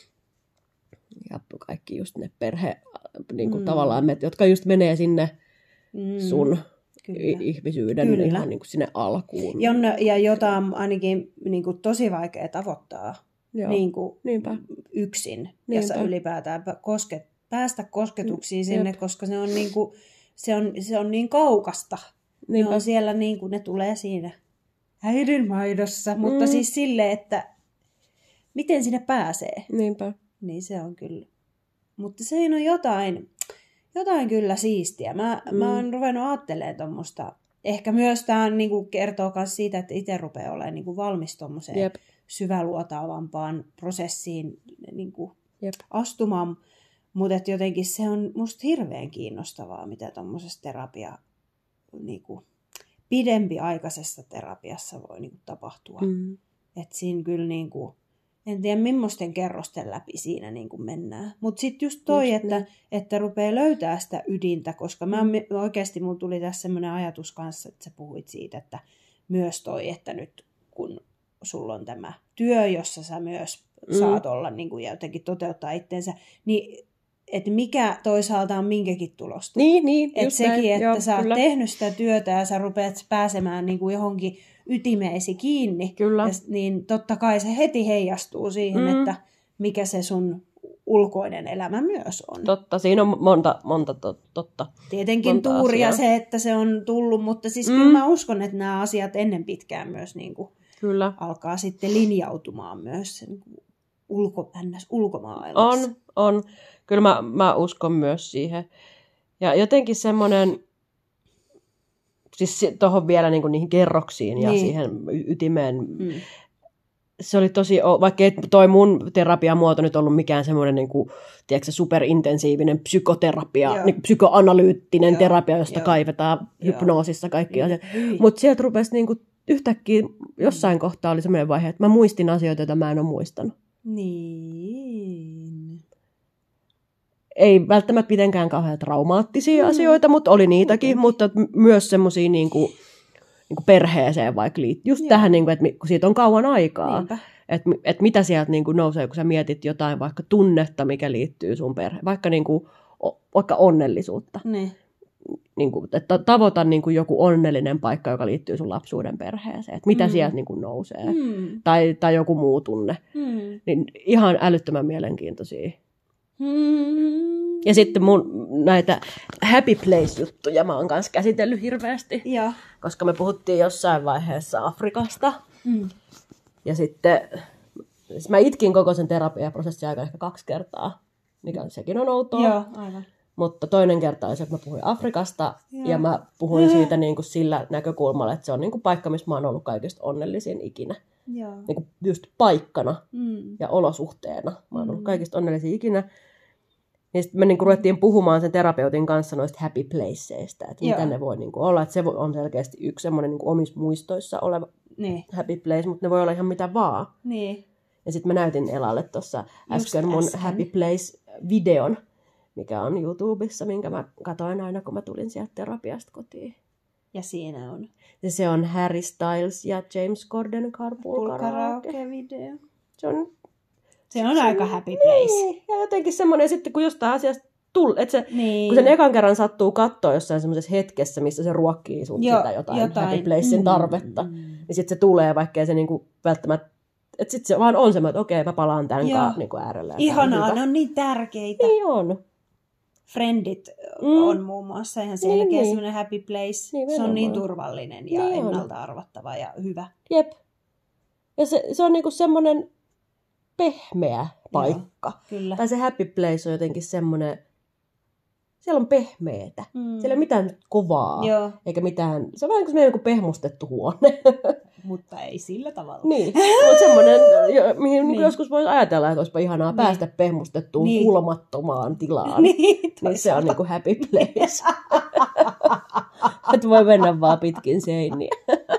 ja kaikki just ne perhe, niin kuin mm. tavallaan, jotka just menee sinne mm. sun... Kyllä. ihmisyyden Kyllä. ihan niin kuin sinne alkuun. Ja, ja jota on ainakin niin kuin tosi vaikea tavoittaa niin kuin yksin, jossa ylipäätään koske, päästä kosketuksiin sinne, Jep. koska se on, niin kuin, se on, se on niin kaukasta. Ne on siellä, niin kuin, ne tulee siinä äidin maidossa, mm. mutta siis silleen, että miten sinne pääsee. Niinpä. Niin se on kyllä. Mutta siinä on jotain... Jotain kyllä siistiä. Mä, mm. mä oon ruvennut ajattelemaan tuommoista. Ehkä myös tämä niinku kertoo myös siitä, että itse rupeaa olemaan niinku valmis tuommoiseen Jep. syväluotaavampaan prosessiin niinku astumaan. Mutta jotenkin se on musta hirveän kiinnostavaa, mitä tuommoisessa terapia, niinku, pidempiaikaisessa terapiassa voi niinku tapahtua. Mm. Että siinä kyllä... Niinku, en tiedä, millaisten kerrosten läpi siinä niin kuin mennään. Mutta sitten just toi, just että, niin. että rupeaa löytää sitä ydintä, koska mä, oikeasti mulla tuli tässä sellainen ajatus kanssa, että sä puhuit siitä, että myös toi, että nyt kun sulla on tämä työ, jossa sä myös mm. saat olla niin kuin, ja jotenkin toteuttaa itsensä, niin että mikä toisaalta on minkäkin tulosta. Niin, niin. Että sekin, näin. että Joo, sä oot kyllä. tehnyt sitä työtä ja sä rupeat pääsemään niin kuin johonkin ytimeesi kiinni, Kyllä. Ja, niin totta kai se heti heijastuu siihen, mm. että mikä se sun ulkoinen elämä myös on. Totta, siinä on monta, monta to, totta. Tietenkin monta tuuria asiaa. Se, että se on tullut, mutta siis mm. kyllä mä uskon, että nämä asiat ennen pitkään myös niin kuin kyllä. alkaa sitten linjautumaan myös sen ulko, ns. Ulkomaailmassa. On, on. Kyllä mä, mä uskon myös siihen. Ja jotenkin semmoinen... Siis tuohon vielä niin kuin niihin kerroksiin ja niin. siihen ytimeen. Mm. Se oli tosi, vaikka ei toi mun terapiamuoto nyt ollut mikään semmoinen niin kuin, tiedätkö, superintensiivinen psykoterapia, niin psykoanalyyttinen Joo. terapia, josta Joo. kaivetaan Joo. hypnoosissa kaikki asiat. Mutta sieltä rupesi niin kuin, yhtäkkiä jossain mm. kohtaa oli semmoinen vaihe, että mä muistin asioita, joita mä en ole muistanut. Niin... Ei välttämättä mitenkään kauhean traumaattisia mm. asioita, mutta oli niitäkin, mm. mutta myös semmoisia niinku, niinku perheeseen vaikka liittyy. Just Joo. tähän, niinku, että kun siitä on kauan aikaa, että et mitä sieltä niinku nousee, kun sä mietit jotain vaikka tunnetta, mikä liittyy sun perheen, vaikka, niinku, vaikka onnellisuutta. Niin. niin kuin, että tavoita niin kuin joku onnellinen paikka, joka liittyy sun lapsuuden perheeseen. Että mitä mm. sieltä niin kuin nousee. Mm. Tai, tai joku muu tunne. Mm. Niin ihan älyttömän mielenkiintoisia. Mm. Ja sitten mun näitä happy place-juttuja mä oon kanssa käsitellyt hirveästi. Ja. Koska me puhuttiin jossain vaiheessa Afrikasta. Mm. Ja sitten mä itkin koko sen terapiaprosessin aika ehkä kaksi kertaa. Mikä sekin on outoa. Joo, aivan. Mutta toinen kerta oli se, että mä puhuin Afrikasta. Joo. Ja mä puhuin siitä niin kuin sillä näkökulmalla, että se on niin kuin paikka, missä mä oon ollut kaikista onnellisin ikinä. Joo. Niin kuin just paikkana mm. ja olosuhteena. Mä oon ollut kaikista onnellisin ikinä. Ja sitten me niin kuin ruvettiin puhumaan sen terapeutin kanssa noista happy placeista, että mitä ne voi niin kuin olla. Että se on selkeästi yksi semmoinen niin kuin omissa muistoissa oleva niin. happy place, mutta ne voi olla ihan mitä vaan. Niin. Ja sitten mä näytin Elalle tuossa äsken mun äsken. happy place-videon, mikä on YouTubessa, minkä mä katsoin aina, kun mä tulin sieltä terapiasta kotiin. Ja siinä on? Ja se on Harry Styles ja James Corden Carpool Karaoke-video. Se on... Se on se, aika happy place. Niin, ja jotenkin semmoinen sitten, kun jostain asiasta tulee, että se, niin. kun sen ekan kerran sattuu katsoa jossain semmoisessa hetkessä, missä se ruokkii sun jo, sitä jotain, jotain happy placein tarvetta, mm. niin sitten se tulee, vaikkei se niinku välttämättä, että sitten se vaan on semmoinen, että okei, mä palaan tämän niinku äärelle. Ihanaa, ne on niin tärkeitä. Niin on. Friendit mm. on muun muassa ihan selkeä niin, semmoinen happy place. Niin, se on niin turvallinen ja niin ennalta arvattava ja hyvä. Jep. Ja se, se on niinku semmoinen pehmeä paikka. Joo, kyllä. Tai se happy place on jotenkin semmoinen, siellä on pehmeetä. Mm. Siellä ei ole mitään kovaa. Joo. Eikä mitään, se on vähän kuin semmoinen pehmustettu huone. Mutta ei sillä tavalla. Niin, mutta semmoinen, mihin niin. joskus voisi ajatella, että olisipa ihanaa niin. päästä pehmustettuun niin. kulmattomaan tilaan. Niin, niin se on niin kuin happy place. Että voi mennä vaan pitkin seiniä.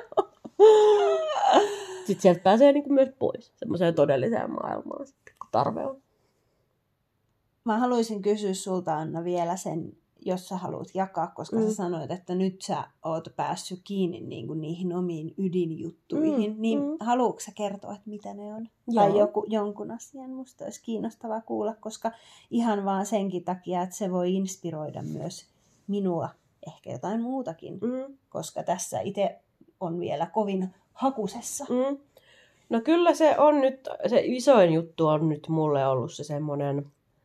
Sitten sieltä pääsee niin kuin myös pois semmoiseen todelliseen maailmaan, sitten, kun tarve on. Mä haluaisin kysyä sulta, Anna, vielä sen, jos sä haluat jakaa, koska mm. sä sanoit, että nyt sä oot päässyt kiinni niin kuin niihin omiin ydinjuttuihin. Mm. Niin mm. haluatko sä kertoa, että mitä ne on? Joo. Tai joku, jonkun asian? Musta olisi kiinnostavaa kuulla, koska ihan vaan senkin takia, että se voi inspiroida myös minua, ehkä jotain muutakin. Mm. Koska tässä itse on vielä kovin hakusessa. Mm. No kyllä se on nyt, se isoin juttu on nyt mulle ollut se semmoinen,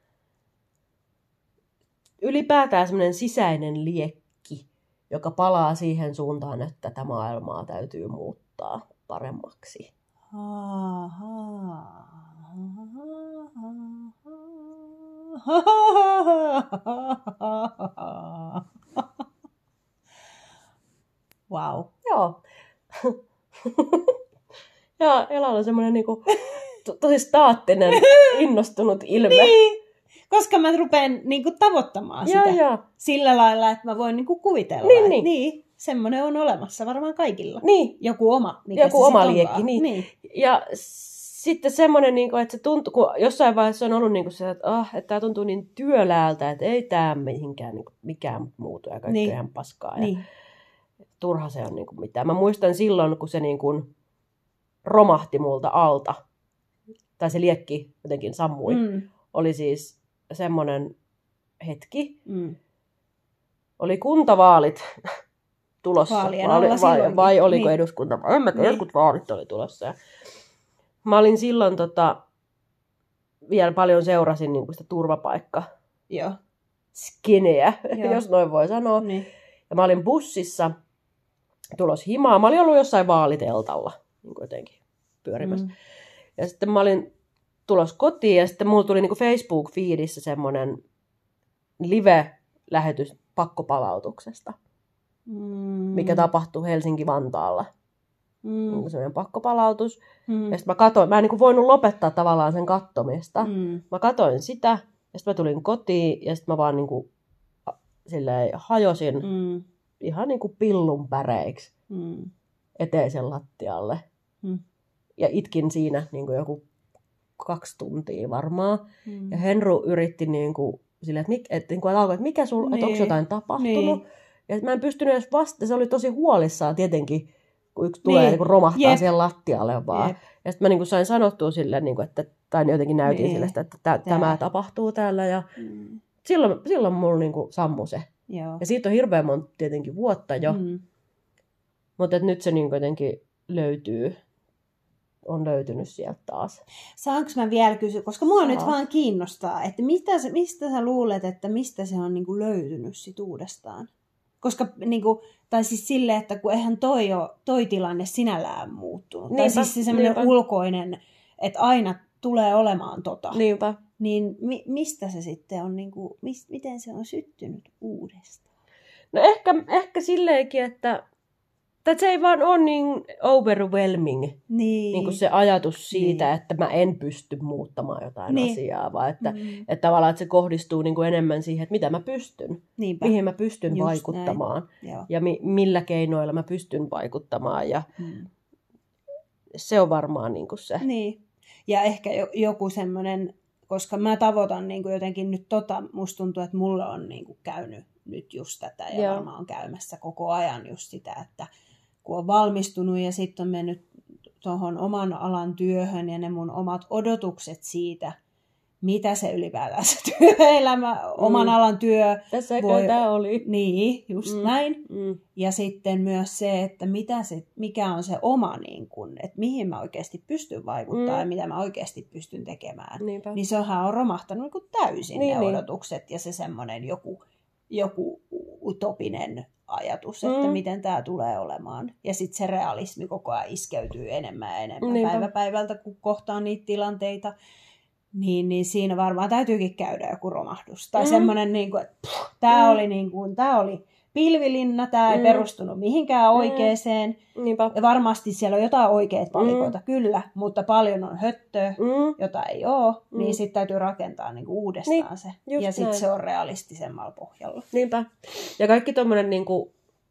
ylipäätään semmoinen sisäinen liekki, joka palaa siihen suuntaan, että tätä maailmaa täytyy muuttaa paremmaksi. Wow. Joo. Ja Elalla on semmoinen niinku, to, tosi staattinen, innostunut ilme. Niin, koska mä rupean niinku tavoittamaan ja, sitä ja. sillä lailla, että mä voin niinku kuvitella. Niin, niin. niin, semmoinen on olemassa varmaan kaikilla. Niin. Joku oma. Mikä Joku se oma liekki, niin. niin. Ja sitten semmoinen, niinku, että se tuntuu, kun jossain vaiheessa on ollut niinku se, että, ah, että tämä tuntuu niin työläältä, että ei tämä mihinkään niinku, mikään muutu ja kaikkea niin. ihan paskaa. Ja niin. turha se on niinku mitään. Mä muistan silloin, kun se niinku romahti multa alta, tai se liekki jotenkin sammui, mm. oli siis semmoinen hetki. Mm. Oli kuntavaalit tulossa. Vaali, vai, vai oliko niin. eduskunta? En mä tiedä, niin. jotkut vaalit oli tulossa. Ja mä olin silloin tota, vielä paljon seurasin niin sitä turvapaikka-skeneä, jos noin voi sanoa. Niin. Ja mä olin bussissa tulossa himaa. Mä olin ollut jossain vaaliteltalla niin jotenkin pyörimässä. Mm. Ja sitten mä olin tulossa kotiin ja sitten mulla tuli niin Facebook-feedissä semmoinen live-lähetys pakkopalautuksesta, mm. mikä tapahtui Helsinki-Vantaalla. Mm. Semmoinen pakkopalautus. Mm. Ja sitten mä katsoin, mä en niin voinut lopettaa tavallaan sen kattomista. Mm. Mä katsoin sitä ja sitten mä tulin kotiin ja sitten mä vaan niin kuin, silleen hajosin mm. ihan niin kuin pillun päreiksi mm. eteisen lattialle. Mm. Ja itkin siinä niin kuin joku kaksi tuntia varmaan. Mm. Ja Henru yritti niin kuin, silleen, että, mik, että, niin kuin, että mikä sulla, niin. että onko jotain tapahtunut. Niin. Ja mä en pystynyt edes vastaamaan. Se oli tosi huolissaan tietenkin, kun yksi tulee niin. niin kuin romahtaa Jep. siihen lattialle vaan. Jep. Ja sitten mä niin kuin sain sanottua silleen, niin kuin, että, tai jotenkin näytin niin. sille, että tämä tapahtuu täällä. Ja mm. silloin, silloin mulla niin kuin sammui se Joo. Ja siitä on hirveän monta tietenkin vuotta jo. Mm. Mutta nyt se niin jotenkin löytyy, on löytynyt sieltä taas. Saanko mä vielä kysyä, koska mua Saa. nyt vaan kiinnostaa, että mistä, sä, mistä sä luulet, että mistä se on niinku löytynyt sit uudestaan? Koska, niinku, tai siis silleen, että kun eihän toi, ole, toi tilanne sinällään muuttunut. Niinpä, tai siis se semmoinen ulkoinen, että aina tulee olemaan tota. Niinpä. Niin mi, mistä se sitten on, niinku, mis, miten se on syttynyt uudestaan? No ehkä, ehkä silleenkin, että tai se ei vaan ole niin overwhelming, niin. Niin kuin se ajatus siitä, niin. että mä en pysty muuttamaan jotain niin. asiaa, vaan että, mm. että tavallaan että se kohdistuu niin kuin enemmän siihen, että mitä mä pystyn, Niinpä. mihin mä pystyn Just vaikuttamaan ja mi- millä keinoilla mä pystyn vaikuttamaan. Ja mm. se on varmaan niin kuin se. Niin. Ja ehkä joku semmoinen, koska mä tavoitan niin kuin jotenkin nyt tota, musta tuntuu, että mulla on niin kuin käynyt nyt just tätä ja Joo. varmaan on käymässä koko ajan just sitä, että kun on valmistunut ja sitten on mennyt tuohon oman alan työhön ja ne mun omat odotukset siitä, mitä se ylipäätään se työelämä, mm. oman alan työ. Tässä voi... tämä oli. Niin, just mm. näin. Mm. Ja sitten myös se, että mitä se, mikä on se oma, niin kun, että mihin mä oikeasti pystyn vaikuttamaan mm. ja mitä mä oikeasti pystyn tekemään. Niinpä. Niin sehän on romahtanut niin kuin täysin niin, ne niin. odotukset ja se semmoinen joku, joku utopinen ajatus, että mm. miten tämä tulee olemaan. Ja sitten se realismi koko ajan iskeytyy enemmän ja enemmän Niinpä. päivä päivältä, kun kohtaa niitä tilanteita. Niin, niin siinä varmaan täytyykin käydä joku romahdus. Tai mm. semmoinen, niin kuin, että pff, tämä, mm. oli, niin kuin, tämä oli pilvilinna, tämä ei mm. perustunut mihinkään mm. oikeeseen. Niinpä. Ja varmasti siellä on jotain oikeita palikoita, mm. kyllä, mutta paljon on höttöä, mm. jota ei ole. Mm. Niin sitten täytyy rakentaa niin kuin uudestaan niin, se. Ja sitten se on realistisemmalla pohjalla. Niinpä. Ja kaikki tommoinen niin kuin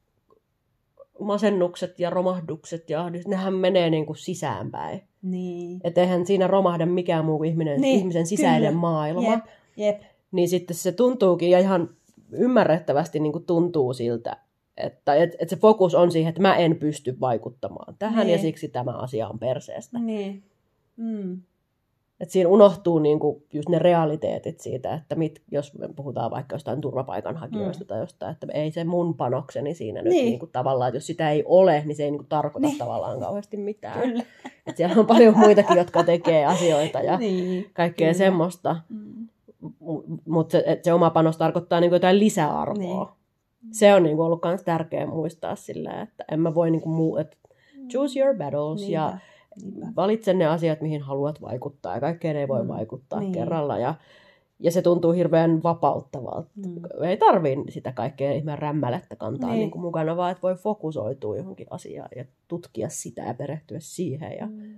masennukset ja romahdukset, ja nehän menee niin kuin sisäänpäin. Niin. Että eihän siinä romahda mikään muu kuin ihminen, niin, ihmisen sisäinen kyllä. maailma. Jep, jep. Niin sitten se tuntuukin, ja ihan ymmärrettävästi niin kuin tuntuu siltä, että et, et se fokus on siihen, että mä en pysty vaikuttamaan tähän, niin. ja siksi tämä asia on perseestä. Niin. Mm. Että siinä unohtuu niin kuin just ne realiteetit siitä, että mit, jos me puhutaan vaikka jostain turvapaikanhakijoista mm. tai jostain, että ei se mun panokseni siinä niin. nyt niin kuin tavallaan, että jos sitä ei ole, niin se ei niin kuin tarkoita niin. tavallaan kauheasti mitään. Kyllä. Että siellä on paljon muitakin, jotka tekee asioita ja niin. kaikkea Kyllä. semmoista. Mm. Mutta se, se oma panos tarkoittaa niin kuin jotain lisäarvoa. Niin. Se on niin kuin ollut myös tärkeää muistaa sillä, että en mä voi niin kuin muu, että choose your battles niin. ja Niinpä. valitse ne asiat, mihin haluat vaikuttaa. Ja kaikkeen ei voi mm. vaikuttaa niin. kerralla. Ja, ja se tuntuu hirveän vapauttavalta. Mm. Ei tarvii sitä kaikkea ihmeen rämmälettä kantaa niin. Niin kuin mukana, vaan että voi fokusoitua johonkin asiaan ja tutkia sitä ja perehtyä siihen. Ja... Mm.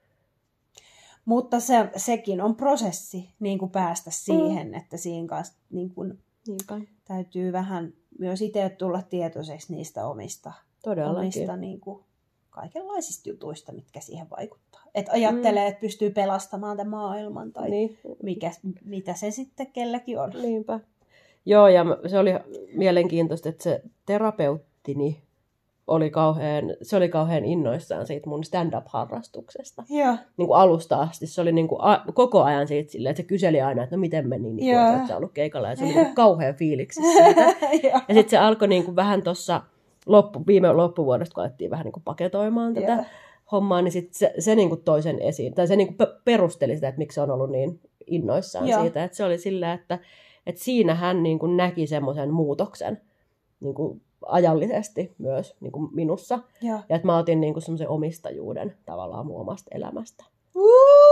Mutta se, sekin on prosessi niin kuin päästä siihen, mm. että siinä kanssa niin kuin, täytyy vähän myös itse tulla tietoiseksi niistä omista, omista niin kuin, kaikenlaisista jutuista, mitkä siihen vaikuttaa. Että ajattelee, mm. että pystyy pelastamaan tämän maailman tai niin. mikä, mitä se sitten kelläkin on. Niinpä. Joo, ja se oli mielenkiintoista, että se terapeuttini oli kauhean, se oli kauhean innoissaan siitä mun stand-up-harrastuksesta. Joo. Niin kuin alusta asti. Se oli niin kuin a, koko ajan siitä silleen, että se kyseli aina, että no miten meni, niin kuin, että sä ollut keikalla. Ja se oli niin kuin kauhean fiiliksissä siitä. Ja sitten se alkoi niin kuin vähän tuossa Loppu, viime loppuvuodesta, kun alettiin vähän niin kuin paketoimaan tätä yeah. hommaa, niin sit se, se niin kuin toi sen esiin. Tai se niin kuin perusteli sitä, että miksi se on ollut niin innoissaan yeah. siitä. Että se oli sillä, että, että siinä hän niin kuin näki semmoisen muutoksen niin kuin ajallisesti myös niin kuin minussa. Yeah. Ja että mä otin niin kuin semmoisen omistajuuden tavallaan mun omasta elämästä. Uuu,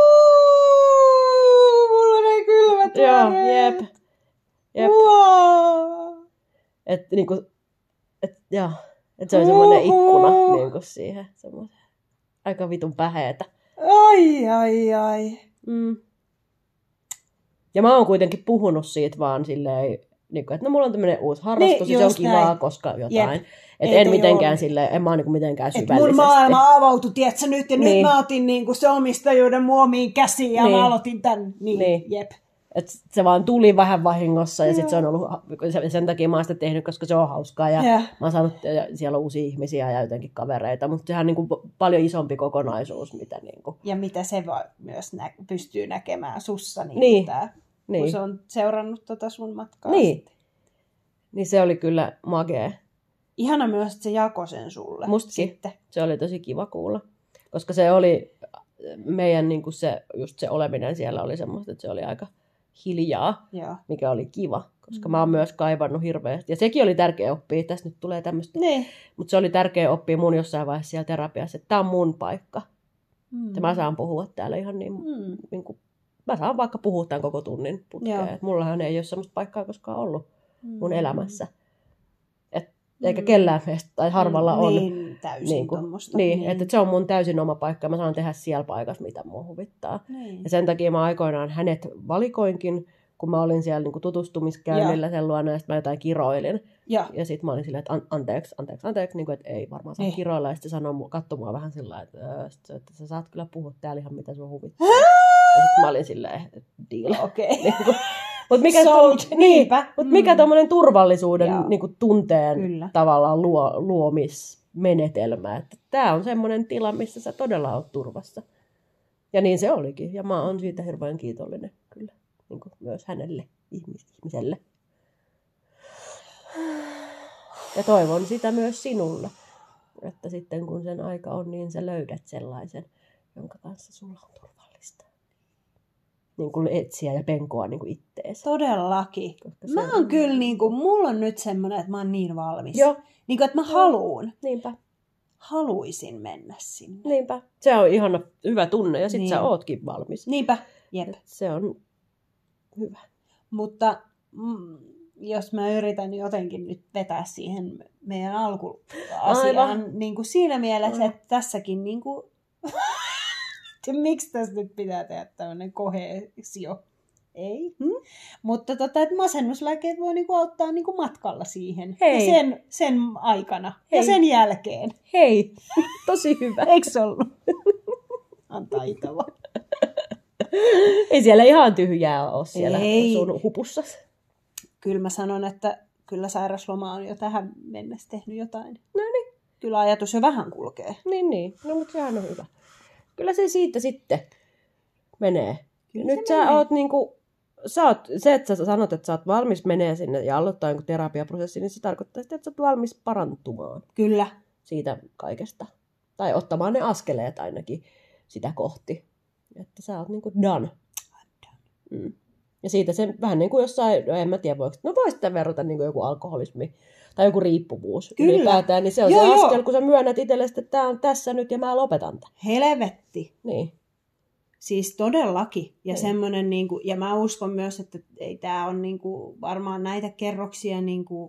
mulla on ne kylmät Joo, jep. jep. Wow. Että niin kuin Et, joo, että se oli semmoinen ikkuna niin kuin siihen, semmoinen aika vitun päheetä. Ai, ai, ai. Mm. Ja mä oon kuitenkin puhunut siitä vaan silleen, niin kuin, että no mulla on tämmöinen uusi harrastus, niin, ja se on kivaa, näin. Koska jotain. Että en mitenkään ole. Silleen, en mä oon niin mitenkään syvällisesti. Et mun maailma avautui, tiedätkö nyt, ja niin. nyt mä otin niin kuin se omistajuuden muomiin käsiin, ja niin. mä aloitin tän. Niin, niin. Jep. Et se vaan tuli vähän vahingossa ja sitten se on ollut, sen takia mä oon sitä tehnyt, koska se on hauskaa ja yeah. mä oon saanut, ja siellä on uusia ihmisiä ja jotenkin kavereita, mutta sehän on niin kuin paljon isompi kokonaisuus. Mitä niin kuin... Ja mitä se va- myös nä- pystyy näkemään sussa, niin, niin. Tää, niin. kun se on seurannut tota sun matkaa. Niin, Niin se oli kyllä magee. Ihana myös, että se jakoi sen sulle. Mustakin. Sitten. Se oli tosi kiva kuulla. Koska se oli meidän niin kuin se, just se oleminen siellä oli semmoista, että se oli aika hiljaa, Joo. mikä oli kiva. Koska mm. mä oon myös kaivannut hirveästi. Ja sekin oli tärkeä oppia. Tässä nyt tulee tämmöistä. Niin. Mutta se oli tärkeä oppia mun jossain vaiheessa siellä terapiassa, että tää on mun paikka. Mm. Ja mä saan puhua täällä ihan niin, Mm. niin kuin, mä saan vaikka puhua tämän koko tunnin putkeen. Mullahan ei ole semmoista paikkaa koskaan ollut mun Mm. elämässä. Et, eikä kellään meistä tai harvalla mm. on. Niin, täysin niin kuin, tommosta. Niin, Niin. että se on mun täysin oma paikka ja mä saan tehdä siellä paikassa, mitä mua huvittaa. Niin. Ja sen takia mä aikoinaan hänet valikoinkin, kun mä olin siellä niin kuin tutustumiskäynnillä sen luona ja sitten mä jotain kiroilin. Ja, Ja sitten mä olin silleen, että an- anteeksi, anteeksi, anteeksi, niin kuin, että ei varmaan saa Ei. kiroilla. Ja sitten se sanoi, katsoi mua vähän sillä lailla, että, öö, sit se, että sä saat kyllä puhua täällä ihan mitä sun huvittaa. Ja sitten mä olin silleen, deal. okei. Okay. Mutta mikä, Sold. to, niin, Niinpä. mut mikä Mm. tommonen turvallisuuden Joo. niin kuin tunteen Kyllä. tavallaan luo, luomismenetelmä. Että tää on semmoinen tila, missä sä todella oot turvassa. Ja niin se olikin. Ja mä oon siitä hirveän kiitollinen kyllä. Niin kuin myös hänelle, ihmis- ihmiselle. Ja toivon sitä myös sinulle. Että sitten kun sen aika on, niin sä löydät sellaisen, jonka kanssa sulla on turvallista. Niin kuin etsiä ja penkoa niin kuin itteensä. Todellakin. Koska se Mä on- oon kyllä, niin kuin, mulla on nyt semmoinen, että mä oon niin valmis. Joo. Niin kuin, että mä haluun, Niinpä, haluisin mennä sinne. niinpä. Se on ihana, hyvä tunne ja sit Niin. sä ootkin valmis. Niinpä, jep. Et se on hyvä. Mutta mm, jos mä yritän jotenkin nyt vetää siihen meidän alkuasiaan, niin kuin siinä mielessä, Aivan. että tässäkin niin kuin, miksi tässä nyt pitää tehdä tämmöinen koheesio? Ei. Hmm? Mutta tota, että masennuslääkkeet voi niinku auttaa niinku matkalla siihen. Hei. Ja sen, sen aikana. Hei. Ja sen jälkeen. Hei, tosi hyvä. Eiks ollut? Antaa itä vaan. Ei siellä ihan tyhjää ole siellä Ei. sun hupussas. Kyllä mä sanon, että kyllä sairasloma on jo tähän mennessä tehnyt jotain. No niin. Kyllä ajatus jo vähän kulkee. Niin, niin. No, mutta sehän on hyvä. Kyllä se siitä sitten menee. Kyllä Nyt se sä menee. oot niinku, sä oot, se, että sä sanot, että sä oot valmis menee sinne ja aloittaa jonkun terapiaprosessi, niin se tarkoittaa sitä, että sä oot valmis parantumaan Kyllä. siitä kaikesta. Tai ottamaan ne askeleet ainakin sitä kohti. Että sä oot niinku done. Mm. Ja siitä se vähän niin kuin jossain, no en mä tiedä voiko, no voi sitä verrata niin kuin joku alkoholismi tai joku riippuvuus Kyllä. ylipäätään, niin se on Joo, se joo. askel, kun sä myönnät itsellesi, että tää on tässä nyt ja mä lopetan tämän. Helvetti. Niin. Siis todellakin. Ja Niin. semmoinen, niin kuin, ja mä uskon myös, että ei tämä on niin kuin, varmaan näitä kerroksia, niin kuin,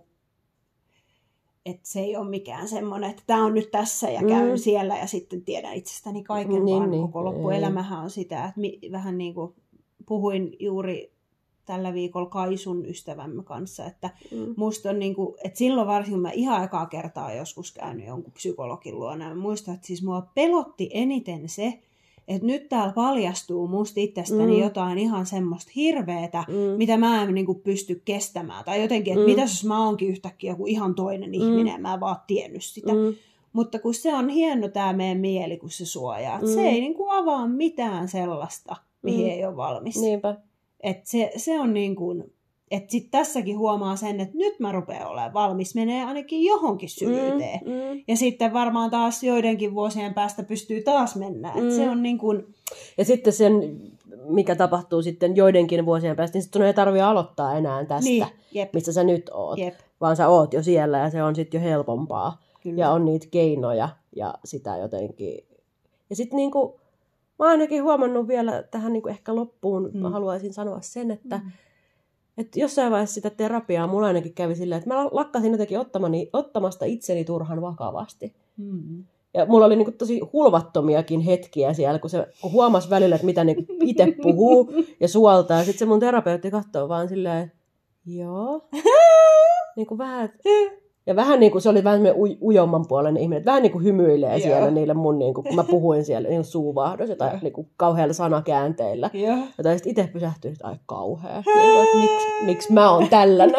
että se ei ole mikään semmoinen, että tämä on nyt tässä ja käyn Mm. siellä ja sitten tiedän itsestäni kaiken, Niin, vaan niin. koko loppuelämähän on sitä, että mi, vähän niin kuin puhuin juuri tällä viikolla Kaisun ystävämme kanssa, että Mm. musta on niin kuin, että silloin varsinkin kun mä ihan ekaa kertaa joskus käynyt jonkun psykologin luona, ja mä muistan, että siis mua pelotti eniten se, että nyt täällä paljastuu musta itsestäni Mm. jotain ihan semmoista hirveetä, Mm. mitä mä en niin kuin pysty kestämään. Tai jotenkin, että Mm. mitäs jos mä oonkin yhtäkkiä joku ihan toinen ihminen ja mä en vaan tiennyt sitä. Mm. Mutta kun se on hieno tämä meidän mieli, kun se suojaa. Mm. Se Mm. ei niin kuin avaa mitään sellaista, mihin Mm. ei ole valmis. Niinpä. Et se, se on niin kuin, että sitten tässäkin huomaa sen, että nyt mä rupean olemaan valmis, menee ainakin johonkin syvyyteen. Mm. Mm. Ja sitten varmaan taas joidenkin vuosien päästä pystyy taas mennä. Et Mm. se on niin kuin, Ja sitten sen, mikä tapahtuu sitten joidenkin vuosien päästä, niin sitten sun ei tarvitse aloittaa enää tästä, niin, jep, missä sä nyt oot. jep, Vaan sä oot jo siellä ja se on sitten jo helpompaa. kyllä. Ja on niitä keinoja ja sitä jotenkin. Ja sitten niinku, mä oon ainakin huomannut vielä tähän niinku ehkä loppuun, Mm. mä haluaisin sanoa sen, että Mm. et jossain vaiheessa sitä terapiaa mulla ainakin kävi silleen, että mä lakkasin jotenkin ottamani, ottamasta itseni turhan vakavasti. Mm. Ja mulla oli niinku tosi hulvattomiakin hetkiä siellä, kun se kun huomasi välillä, että mitä niinku itse puhuu ja suoltaa. Ja sitten se mun terapeutti katsoo vaan silleen, joo. Niinku vähän, että ja vähän niin kuin se oli vähän uj- ujomman puolinen ihminen, että vähän niin kuin hymyilee Joo. siellä niille mun, niin kuin, kun mä puhuin siellä niin suuvahdossa jotain Joo. niin kuin kauhealla sanakäänteillä. Joo. Ja sitten itse pysähtyi, että ai kauhea. Niin kuin, että miksi, miksi mä oon tällainen?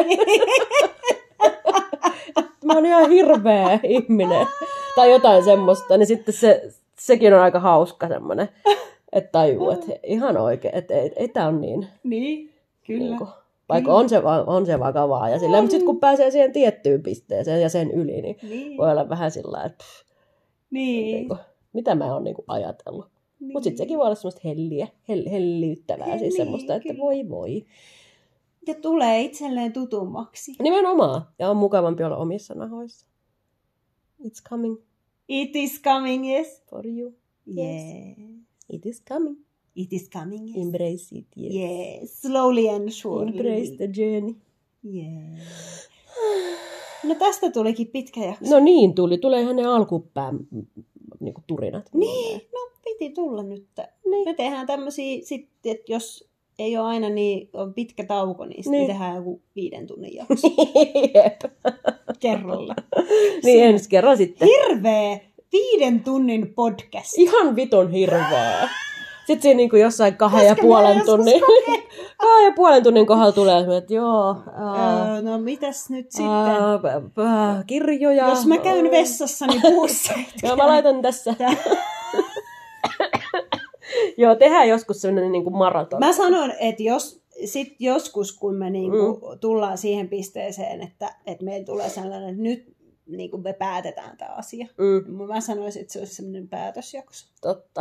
Mä oon ihan hirveä ihminen. Tai jotain semmoista. Niin sitten se, sekin on aika hauska semmoinen, että tajuu, että ihan oikein, että ei, ei tää on niin. Niin, kyllä. Niin kuin, vaikka on se, on se vakavaa. Ja sillä, mutta sitten kun pääsee siihen tiettyyn pisteeseen ja sen yli, niin, niin. voi olla vähän sillä että pff, niin. niin kuin, mitä mä oon niin kuin ajatellut. Niin. Mutta sitten sekin voi olla semmoista helliä, hell, hellyyttävää, He, siis niin, semmoista, että kyllä. voi voi. Ja tulee itselleen tutummaksi. Nimenomaan. Ja on mukavampi olla omissa nahoissa. It's coming. It is coming, yes. For you. Yes. It is coming. It is coming, yes. Embrace it, yes. Yes, slowly and surely. Embrace the journey. Yes. No tästä tulikin pitkä jakso. No niin tuli. Tulee ihan ne alkupään niin kuin turinat. Niin, no piti tulla nyt. Niin. Me tehdään tämmöisiä sitten, että jos ei ole aina niin on pitkä tauko, niin sitten niin. tehdään joku viiden tunnin jakso. Jep. Kerralla. Niin ensi kerran sitten. Hirveä viiden tunnin podcast. Ihan vitun hirveä. Sitten siinä niin kuin jossain kahden ja puolen tunnin, kahden ja puolen tunnin kohdalla tulee, että joo. Ää, öö, no mitäs nyt sitten? Ää, p- p- kirjoja. Jos mä käyn vessassa, niin puussa. Joo, mä laitan tässä. Joo, tehdään joskus sellainen niin kuin maraton. Mä sanon, että jos, sit joskus, kun me niin kuin mm. tullaan siihen pisteeseen, että, että meillä tulee sellainen, että nyt niin kuin me päätetään tämä asia. Mm. Mä sanoisin, että se olisi sellainen päätösjakso. Totta.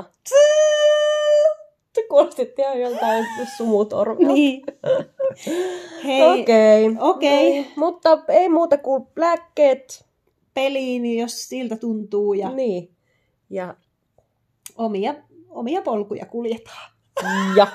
Se kuulostit ihan joltain sumutorvelta. Niin. Hei. Okei. Okay. Okay. Okay. Mutta ei muuta kuin lääkkeet peliin, jos siltä tuntuu. Ja niin. Ja omia, omia polkuja kuljetaan. Ja.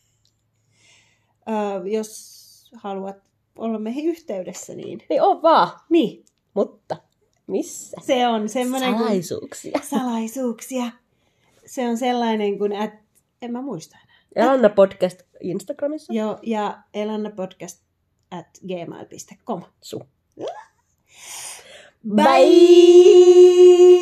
Ö, jos haluat olla meihin yhteydessä, niin... Niin on vaan. Niin. Mutta missä? Se on semmoinen salaisuuksia. Kun... Salaisuuksia. Se on sellainen kuin, että en mä muista enää. Elanna Podcast Instagramissa. Joo, ja elannapodcast at gmail piste com. Su. Bye! Bye.